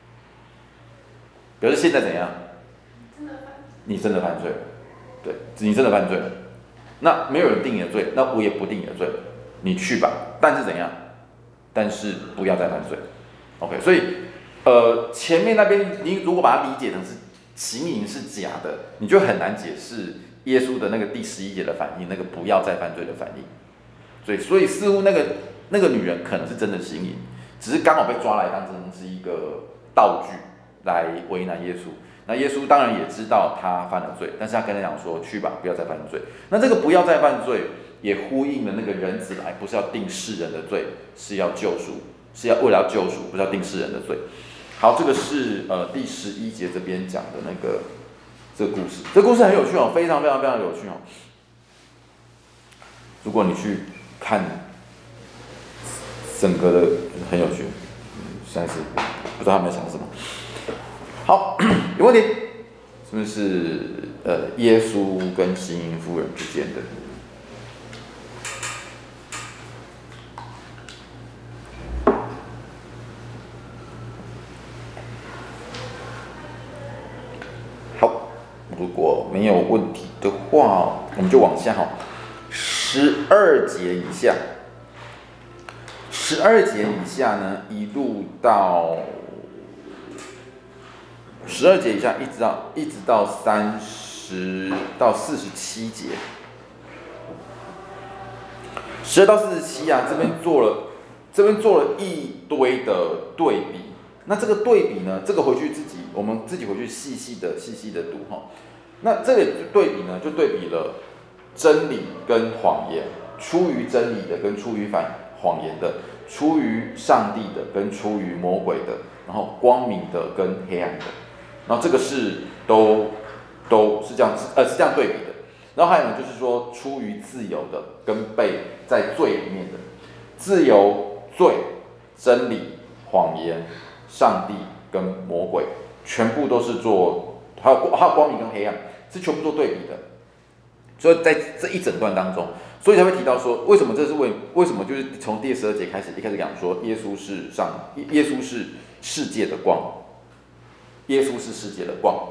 表示现在怎样？你真的犯罪了，对，你真的犯罪了。那没有人定你的罪，那我也不定你的罪，你去吧。但是怎样？但是不要再犯罪。OK， 所以，呃，前面那边你如果把它理解成是行淫是假的，你就很难解释耶稣的那个第十一节的反应，那个不要再犯罪的反应。所以，所以似乎那个那个女人可能是真的行淫，只是刚好被抓来当成是一个道具来为难耶稣。那耶稣当然也知道他犯了罪，但是他跟他讲说：“去吧，不要再犯罪。”那这个不要再犯罪，也呼应了那个人子来，不是要定世人的罪，是要救赎，是要为了要救赎，不是要定世人的罪。好，这个是呃第十一节这边讲的那个这个故事，这个故事很有趣哦，非常非常非常有趣哦。如果你去看整个的，很有趣，实在是不知道他们在想什么。好，有问题？是不是呃耶稣跟行淫妇人之间的？好，如果没有问题的话，我们就往下哈，十二节以下，十二节以下呢，一路到。十二节以下，一直到一直到三十到四十七节，十二到四十七啊，这边做了这边做了一堆的对比。那这个对比呢，这个回去自己我们自己回去细细的细细的读哈。那这个对比呢，就对比了真理跟谎言，出于真理的跟出于反谎言的，出于上帝的跟出于魔鬼的，然后光明的跟黑暗的。然后这个是都都是这样，呃是这样对比的。然后还有呢，就是说出于自由的跟被在罪里面的，自由、罪、真理、谎言、上帝跟魔鬼，全部都是做，还有还有光明跟黑暗，是全部做对比的。所以在这一整段当中，所以才会提到说，为什么这是为为什么就是从第十二节开始，一开始讲说耶稣是上，耶稣是世界的光。耶稣是世界的光。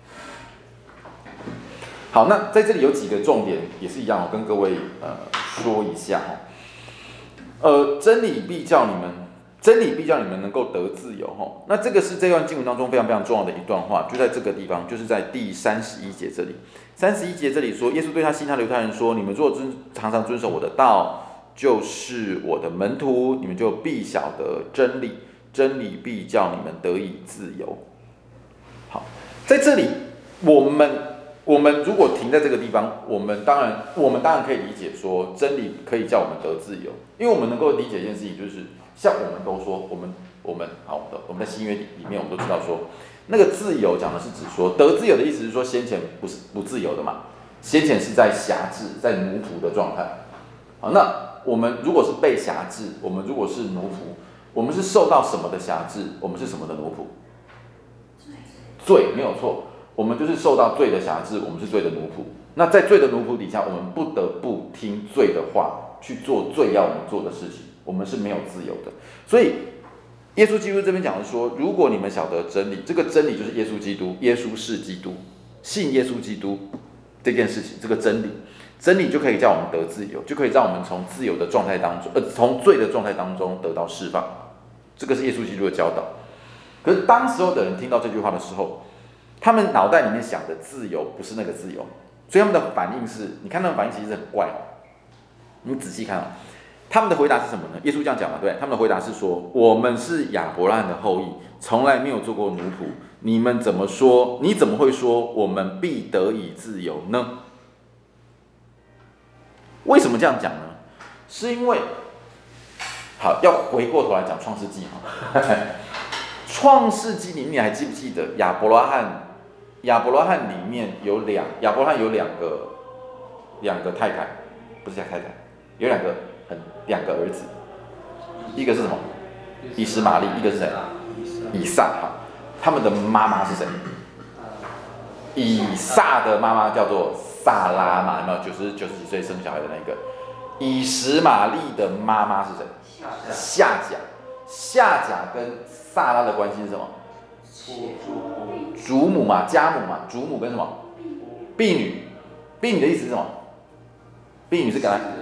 好，那在这里有几个重点，也是一样，我跟各位呃说一下哈。呃，真理必叫你们，真理必叫你们能够得自由哈。那这个是这段经文当中非常非常重要的一段话，就在这个地方，就是在第三十一节这里。三十一节这里说，耶稣对他信他的犹太人说：“你们若遵常常遵守我的道，就是我的门徒，你们就必晓得真理，真理必叫你们得以自由。”好，在这里，我们我们如果停在这个地方，我们当然我们当然可以理解说，真理可以叫我们得自由，因为我们能够理解一件事情，就是像我们都说，我们我们好的，我们在新约里面，我们都知道说，那个自由讲的是指说得自由的意思是说，先前不是不自由的嘛，先前是在辖制、在奴仆的状态。好，那我们如果是被辖制，我们如果是奴仆，我们是受到什么的辖制？我们是什么的奴仆？罪，没有错，我们就是受到罪的辖制，我们是罪的奴仆。 那在罪的奴仆底下，我们不得不听罪的话，去做罪要我们做的事情，我们是没有自由的。所以耶稣基督这边讲的说，如果你们晓得真理，这个真理就是耶稣基督，耶稣是基督，信耶稣基督这件事情，这个真理，真理就可以叫我们得自由，就可以让我们从自由的状态当中，呃，从罪的状态当中得到释放。这个是耶稣基督的教导。可是当时候的人听到这句话的时候，他们脑袋里面想的自由不是那个自由，所以他们的反应是，你看他们反应其实很怪哦。你仔细看哦，他们的回答是什么呢？耶稣这样讲嘛，对，他们的回答是说，我们是亚伯拉罕的后裔，从来没有做过奴仆。你们怎么说？你怎么会说我们必得以自由呢？为什么这样讲呢？是因为，好，要回过头来讲创世纪哈。创世纪里面，你还记不记得亚伯拉罕？亚伯拉罕里面有两，亚伯拉罕有两个两个太太，不是太太，有两个很两个儿子，一个是什么？以实玛利，一个是谁？以撒。哈，他们的妈妈是谁？以撒的妈妈叫做撒拉嘛，有没有？九十九十几岁生小孩的那个。以实玛利的妈妈是谁？夏甲。夏甲跟撒拉的关系是什么？祖母嘛，家母嘛，祖母跟什么？婢女。婢女的意思是什么？婢女是干嘛？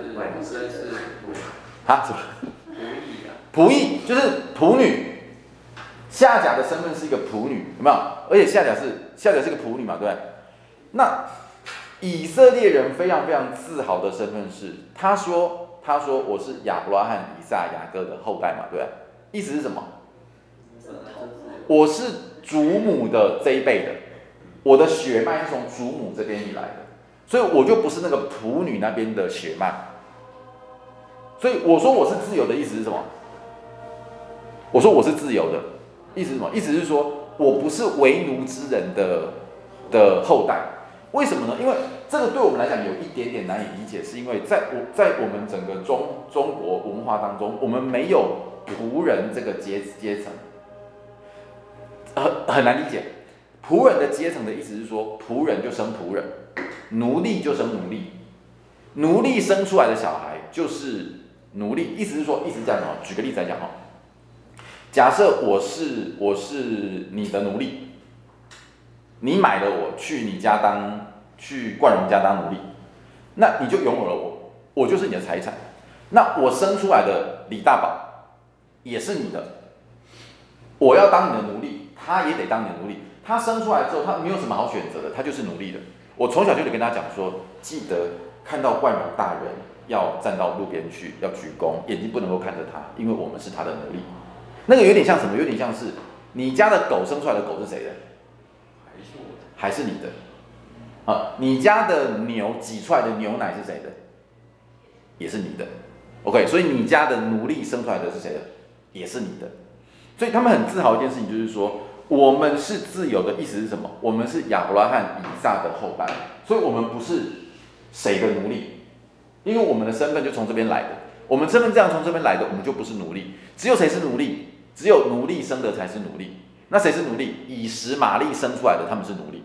啊？什么？仆役就是仆女。夏甲的身份是一个仆女，有没有？而且夏甲是夏甲是个仆女嘛，对不对？那以色列人非常非常自豪的身份是，他说他说我是亚伯拉罕、以撒、雅各的后代嘛，对不对？意思是什么？我是祖母的这一辈的，我的血脉是从祖母这边来的，所以我就不是那个仆女那边的血脉。所以我说我是自由的意思是什么？我说我是自由的意思是什么？意思是说我不是为奴之人的的后代。为什么呢？因为这个对我们来讲有一点点难以理解，是因为在我在我们整个中中国文化当中，我们没有仆人这个阶阶层，很很难理解。仆人的阶层的意思是说，仆人就生仆人，奴隶就生奴隶，奴隶生出来的小孩就是奴隶。意思是说，意思是这样哦。举个例子来讲哦，假设我是我是你的奴隶。你买了我去你家当去冠荣家当奴隶，那你就拥有了我，我就是你的财产。那我生出来的李大宝也是你的，我要当你的奴隶，他也得当你的奴隶。他生出来之后，他没有什么好选择的，他就是奴隶的。我从小就得跟他讲说，记得看到冠荣大人要站到路边去，要鞠躬，眼睛不能够看着他，因为我们是他的奴隶。那个有点像什么？有点像是你家的狗生出来的狗是谁的？还是你的，啊，你家的牛挤出来的牛奶是谁的？也是你的。OK， 所以你家的奴隶生出来的是谁的？也是你的。所以他们很自豪一件事情，就是说我们是自由的。意思是什么？我们是亚伯拉罕、以撒的后代，所以我们不是谁的奴隶，因为我们的身份就从这边来的。我们身份这样从这边来的，我们就不是奴隶。只有谁是奴隶？只有奴隶生的才是奴隶。那谁是奴隶？以实玛利生出来的，他们是奴隶。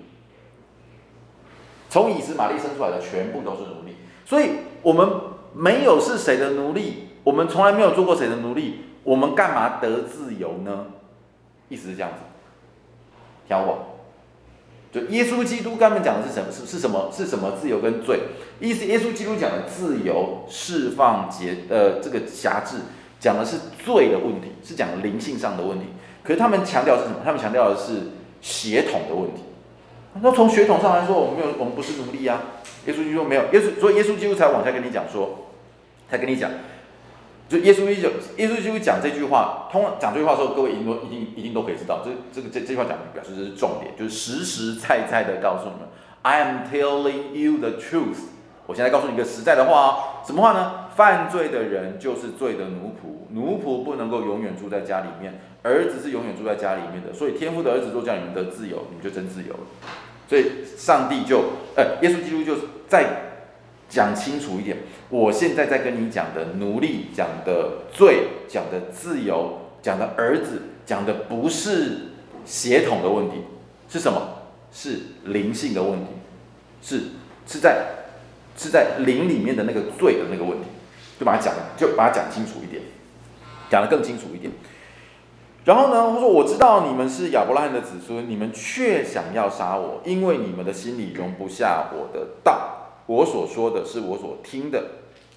从以实玛利生出来的全部都是奴隶，所以我们没有是谁的奴隶，我们从来没有做过谁的奴隶，我们干嘛得自由呢？意思是这样子。挑我，就耶稣基督跟他们讲的是什么？是是什么？是什么自由跟罪？意思耶稣基督讲的自由、释放、节呃这个辖制，讲的是罪的问题，是讲灵性上的问题。可是他们强调的是什么？他们强调的是血统的问题。那从血统上来说，我们没有，我们不是奴隶啊。耶稣基督没有，耶稣，所以耶稣基督才往下跟你讲说，才跟你讲，就耶稣基督，耶稣基督讲这句话，通讲这句话的时候，各位一定都一定一定都可以知道，这这个这这句话讲的表示这是重点，就是实实在在的告诉你们 ，I am telling you the truth。我现在告诉你一个实在的话哦，什么话呢？犯罪的人就是罪的奴仆，奴仆不能够永远住在家里面，儿子是永远住在家里面的。所以天父的儿子若叫你们得自由，你们就真自由了。所以上帝就，呃，耶稣基督就再讲清楚一点。我现在在跟你讲的奴隶，讲的罪，讲的自由，讲的儿子，讲的不是血统的问题，是什么？是灵性的问题，是是在是在灵里面的那个罪的那个问题，就把它讲就把它讲清楚一点，讲得更清楚一点。然后呢，他说：“我知道你们是亚伯拉罕的子孙，你们却想要杀我，因为你们的心里容不下我的道。我所说的是我所听的，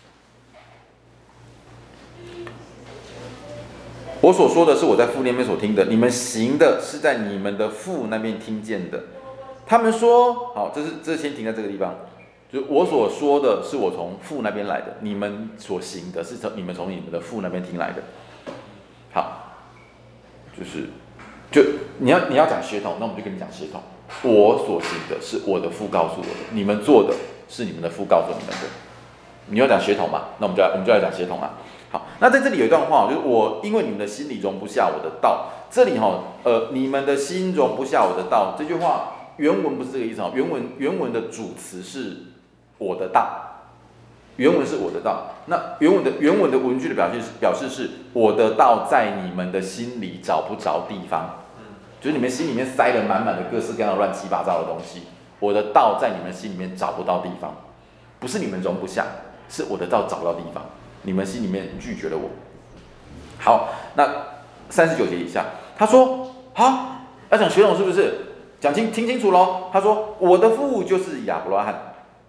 我所说的是我在父那边所听的，你们行的是在你们的父那边听见的。”他们说：“好，这是这先停在这个地方。就是我所说的是我从父那边来的，你们所行的是从你们从你们的父那边听来的。”好。就是，就你要你要讲血统，那我们就跟你讲血统。我所行的是我的父告诉我的，你们做的是你们的父告诉你们的。你要讲血统嘛？那我们就来我们就来讲血统啊。好，那在这里有一段话，就是我因为你们的心里容不下我的道。这里哈，呃，你们的心容不下我的道，这句话原文不是这个意思哈。原文原文的主词是我的道。原文是我的道，那原文的原文的文句的表示表示是我的道在你们的心里找不着地方，就是你们心里面塞了满满的各式各样的乱七八糟的东西，我的道在你们心里面找不到地方，不是你们容不下，是我的道找不到地方，你们心里面拒绝了我。好，那三十九节以下，他说好，要讲血统是不是？讲清听清楚喽。他说我的父就是亚伯拉罕。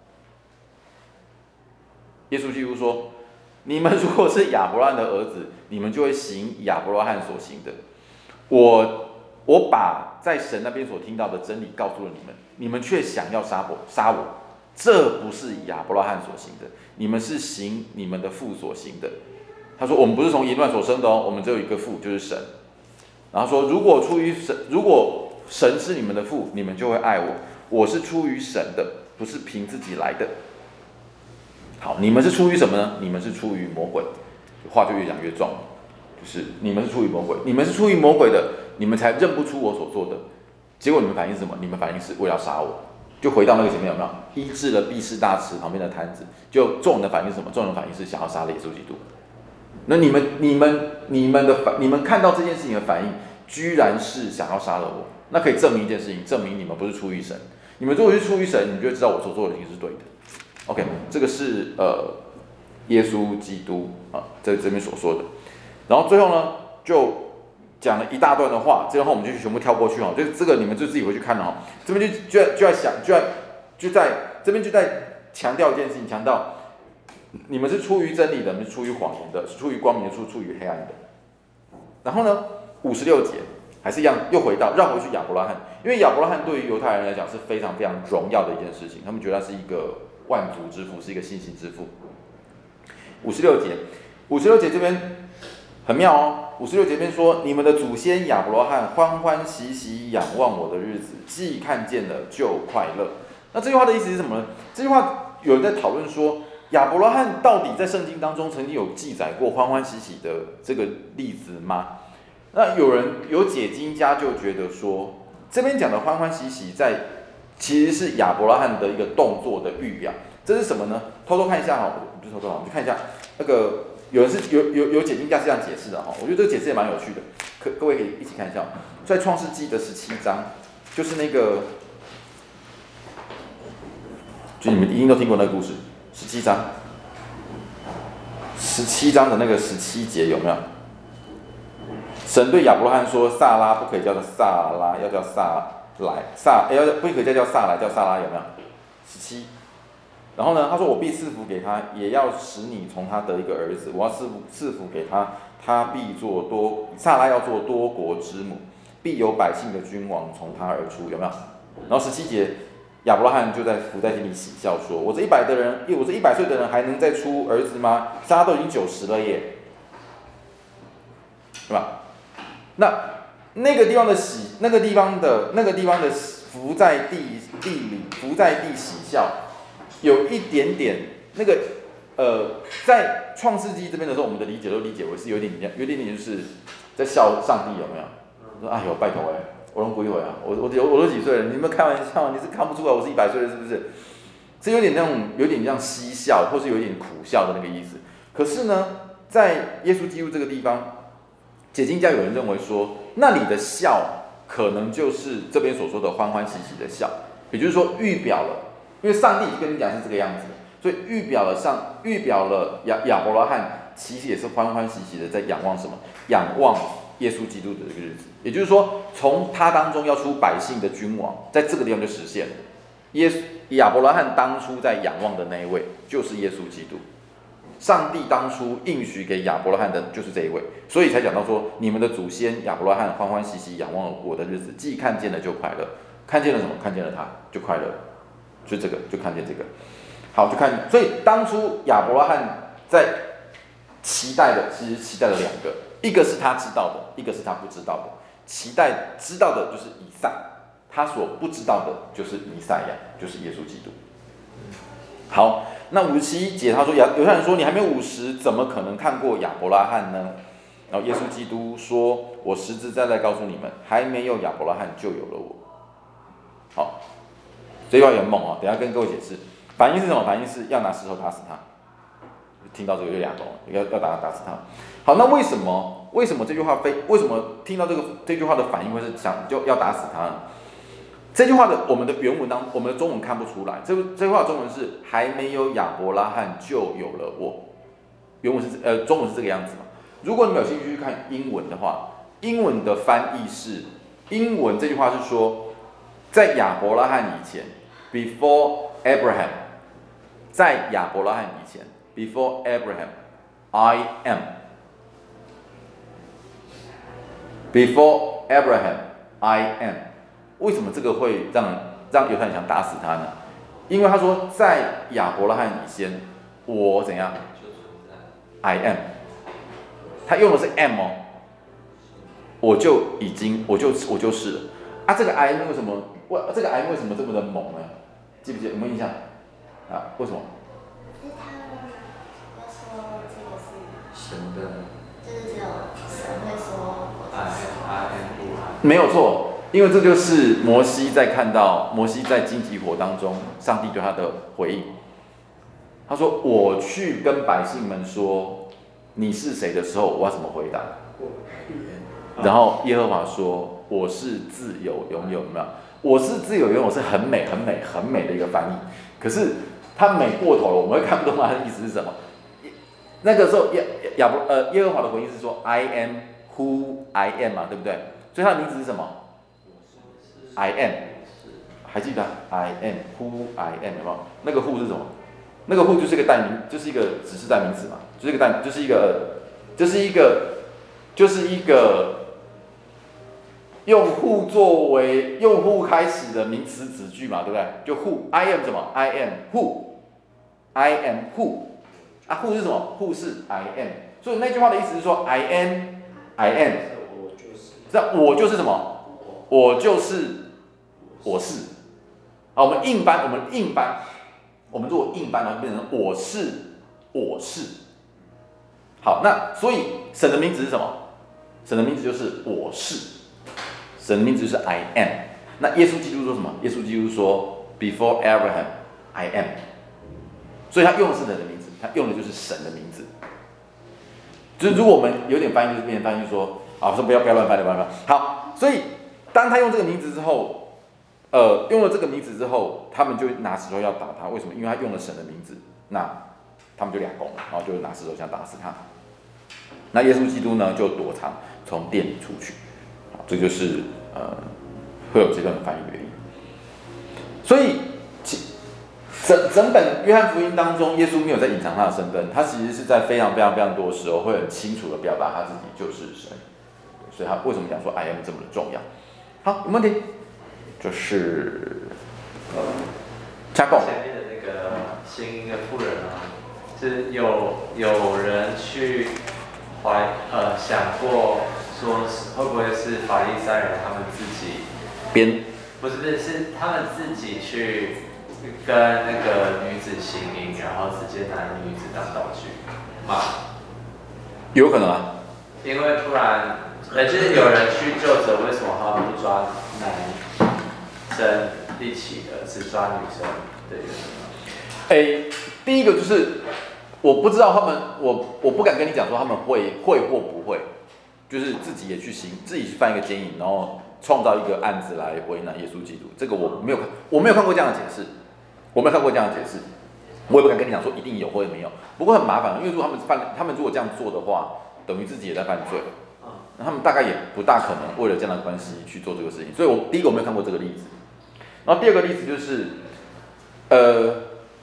耶稣基督说：“你们如果是亚伯拉罕的儿子，你们就会行亚伯拉罕所行的。我我把在神那边所听到的真理告诉了你们，你们却想要杀我，杀我，这不是亚伯拉罕所行的，你们是行你们的父所行的。”他说：“我们不是从淫乱所生的哦，我们只有一个父，就是神。”然后说：“如果出于神，如果神是你们的父，你们就会爱我。我是出于神的，不是凭自己来的。”好，你们是出于什么呢？你们是出于魔鬼，话就越讲越重，就是你们是出于魔鬼，你们是出于魔鬼的，你们才认不出我所做的。结果你们反应是什么？你们反应是为了杀我。就回到那个前面有没有？医治了毕士大池旁边的摊子，就众人的反应是什么？众人的反应是想要杀了耶稣基督。那你们、你们、你们的反，你们看到这件事情的反应，居然是想要杀了我，那可以证明一件事情，证明你们不是出于神。你们如果是出于神，你就会知道我所做的事情是对的。OK， 这个是呃耶稣基督啊在这边所说的，然后最后呢就讲了一大段的话，这段话我们就全部跳过去哈，就这个你们就自己回去看了哈。这边就就在就在想就在就在这边就在强调一件事情，强调你们是出于真理的，你们是出于谎言的，是出于光明的，出出于黑暗的。然后呢五十六节还是一样，又回到绕回去亚伯拉罕，因为亚伯拉罕对于犹太人来讲是非常非常荣耀的一件事情，他们觉得他是一个万族之父，是一个信心之父。五十六节，五十六节这边很妙哦。五十六节这边说：“你们的祖先亚伯拉罕欢欢喜喜仰望我的日子，既看见了就快乐。”那这句话的意思是什么呢？这句话有人在讨论说，亚伯拉罕到底在圣经当中曾经有记载过欢欢喜喜的这个例子吗？那有人有解经家就觉得说，这边讲的欢欢喜喜在其实是亚伯拉罕的一个动作的预表。这是什么呢？偷偷看一下哈，不是偷偷，我们去看一下那个有人是有有有解经家是这样解释的哈，我觉得这个解释也蛮有趣的，可各位可以一起看一下，在创世纪的十七章，就是那个，就你们一定都听过那个故事，十七章，十七章的那个十七节有没有？神对亚伯拉罕说：“萨拉不可以叫做萨拉，要叫萨来，萨要不可以再叫萨来，叫萨拉，有没有？”十七。然后呢，他说：“我必赐福给他，也要使你从他得一个儿子。我要赐福赐福给他，他必做多萨拉要做多国之母，必有百姓的君王从他而出。”有没有？然后十七节，亚伯拉罕就在伏在地里喜笑说：“我这一百的人，我这一百岁的人还能再出儿子吗？萨拉都已经九十了耶，对吧？那那个地方的喜，那个地方的那个地方的伏在地地里，伏在地喜笑。”有一点点那个呃，在创世纪这边的时候，我们的理解都理解为是有点有点点就是在笑上帝有没有？说哎呦拜托哎，我能不一会啊，我我我都几岁了，你们开玩笑，你是看不出来我是一百岁了是不是？是有点那种有点像嬉笑，或是有点苦笑的那个意思。可是呢，在耶稣基督这个地方，解经家有人认为说，那里的笑可能就是这边所说的欢欢喜喜的笑，也就是说预表了。 因为上帝已经跟你讲是这个样子，所以预表了上预表了亚亚伯拉罕其实也是欢欢喜喜的在仰望什么？仰望耶稣基督的这个日子。也就是说，从他当中要出百姓的君王，在这个地方就实现了。耶亚伯拉罕当初在仰望的那一位，就是耶稣基督。上帝当初应许给亚伯拉罕的就是这一位，所以才讲到说，你们的祖先亚伯拉罕欢欢喜喜仰望我的日子，既看见了就快乐。看见了什么？看见了他就快乐，就这个，就看见这个。好，就看，所以当初亚伯拉罕在期待的，其实期待了两个，一个是他知道的，一个是他不知道的。期待知道的就是以撒，他所不知道的就是弥赛亚，就是耶稣基督。好，那五十七节他说，有有人说你还没有五十，怎么可能看过亚伯拉罕呢？然后耶稣基督说，我实实在在告诉你们，还没有亚伯拉罕就有了我。好，这句话也很猛哦，等一下跟各位解释。反应是什么？反应是要拿石头打死他。听到这个就俩懂了，要要打打死他。好，那为什么为什么这句话非为什么听到这个这句话的反应会是想就要打死他呢？这句话的我们的原文当我们的中文看不出来，这这句话的中文是还没有亚伯拉罕就有了我。原文是呃中文是这个样子嘛？如果你们有兴趣去看英文的话，英文的翻译是英文这句话是说，在亚伯拉罕以前 ，before Abraham， 在亚伯拉罕以前 ，before Abraham，I am。Before Abraham, I am。为什么这个会让让犹太人想打死他呢？因为他说，在亚伯拉罕以前，我怎样 ？I am。他用的是 am 哦，我就已经，我就我就是了啊。这个 I am 为什么？为这个 I am 为什么这么的猛呢？记不记得？有没有印象？啊，为什么？ 就是他要说这个是神的， 就是只有神会说我就是。 没有错，因为这就是摩西在看到摩西在荆棘火当中，上帝对他的回应。他说：“我去跟百姓们说你是谁的时候，我要怎么回答？”然后耶和华说：“我是自由拥有。”有没有？我是自由拥有是很美、很美、很美的一个翻译，可是它美过头了，我们会看不懂它的意思是什么。那个时候亚亚伯呃耶和华的回应是说 ：“I am who I am 嘛，对不对？”所以他的名字是什么 ？I am， 还记得 I am who I am 有没有？那个 who 是什么？那个 who 就是一个代名，就是一个指示代名词嘛，就是一个代，就是一个，就是一个，就是一个用 who 作为用 who 开始的名词子句嘛，对不对？就 who I am 什么 ？I am who I am who 啊 who 是什么 ？who 是 I am， 所以那句话的意思是说 I am I am。那我就是什么？我就是我是。好，我们硬翻，我们硬翻，我们如果硬翻，然后变成我是我是。好，那所以神的名字是什么？神的名字就是我是。神的名字就是 I am。那耶稣基督说什么？耶稣基督说 Before Abraham, I am。所以他用的是人的名字，他用的就是神的名字。就是如果我们有点翻译，就是变成翻译就是说。啊，说不要不要乱翻，不要乱翻。好，所以当他用这个名字之后，呃，用了这个名字之后，他们就拿石头要打他。为什么？因为他用了神的名字，那他们就俩攻了，然后就拿石头想打死他。那耶稣基督呢，就躲藏从殿里出去。好，这就是呃会有这段翻译的原因。所以整整本约翰福音当中，耶稣没有在隐藏他的身份，他其实是在非常非常非常多的时候会很清楚的表达他自己就是神。所以他为什么讲说 I am 这么的重要？好，有问题？就是呃，加贡前面的那个新的妇人啊，是有有人去怀呃想过说会不会是法利赛人他们自己编？ 不是不是，是他们自己去跟那个女子行淫，然后直接拿女子当道具嘛？ 有可能啊， 因为不然。呃，就是有人去就责，为什么他们不抓男生一起的，只抓女生的原因？ 哎，第一个就是我不知道他们，我我不敢跟你讲说他们会会或不会，就是自己也去行，自己去犯一个奸淫，然后创造一个案子来为难耶稣基督。这个我没有看，我没有看过这样的解释。 我没有看过这样的解释，我也不敢跟你讲说一定有或者没有。不过很麻烦，因为如果他们犯，他们如果这样做的话，等于自己也在犯罪。那他们大概也不大可能为了这样的关系去做这个事情。所以我第一个我没有看过这个例子，然后第二个例子就是，呃，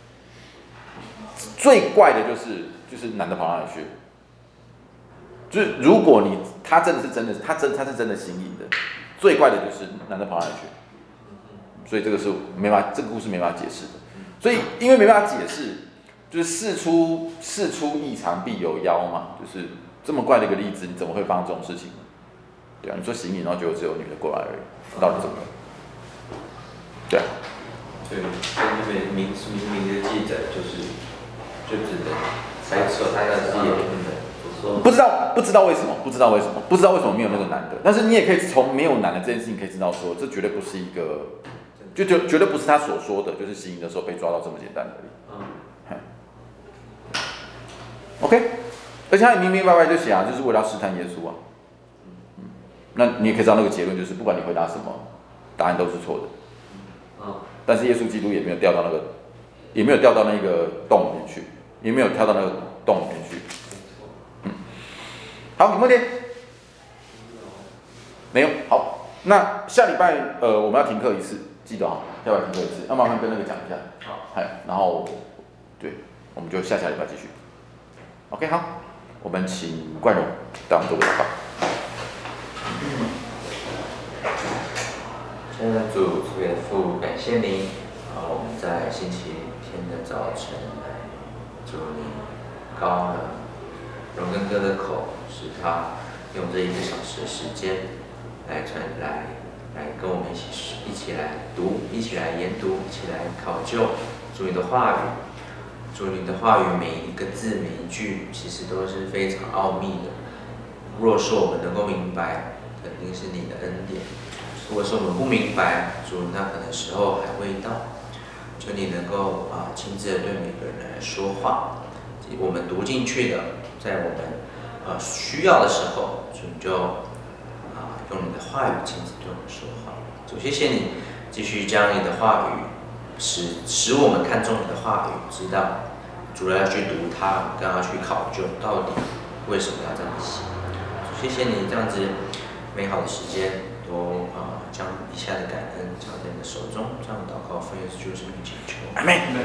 最怪的就是就是男的跑哪里去？就是如果你他真的是真的，他真他是真的行淫的，最怪的就是男的跑哪里去？所以这个是没法，这个故事没办法解释的。所以因为没办法解释，就是事出事出异常必有妖嘛，就是这么怪的一个例子，你怎么会发生这种事情？对啊，你说行淫，然后结果只有女的过来而已，到底怎么了？对啊。 对，跟那边明明明的记载就是，就只能猜测他的是有可能。 不知道不知道为什么，不知道为什么，不知道为什么没有那个男的。但是你也可以从没有男的这件事情可以知道说，这绝对不是一个。就绝绝对不是他所说的，就是行淫的时候被抓到这么简单而已。嗯。OK， 而且他也明明白白就写啊，就是为了要试探耶稣啊。嗯。那你也可以知道那个结论就是，不管你回答什么，答案都是错的。嗯。但是耶稣基督也没有掉到那个，也没有掉到那个洞里面去，也没有跳到那个洞里面去。嗯。好，有没有点？没有。好，那下礼拜呃我们要停课一次。记得哈，下礼拜停课一次，要麻烦跟那个讲一下。好，嗨，然后对，我们就下下礼拜继续。OK， 好，我们请冠荣带我们做个祷告。 现在主主耶稣，感谢你，啊，我们在星期天的早晨，主你高了荣根哥的口，使他用这一个小时的时间来传来。来跟我们一起一起来读，一起来研读，一起来考究主你的话语。主你的话语每一个字每一句，其实都是非常奥秘的。若是我们能够明白，肯定是你的恩典；如果是我们不明白，主那可能时候还未到。求你能够啊亲自的对每个人来说话，我们读进去的，在我们呃需要的时候，主你就。用你的话语亲自对我们说话，主谢谢你，继续将你的话语使使我们看重你的话语，知道主要去读它，更要去考究到底为什么要这样写。主谢谢你这样子美好的时间，都啊将以下的感恩交在你的手中，这样祷告奉耶稣基督的名祈求。阿们。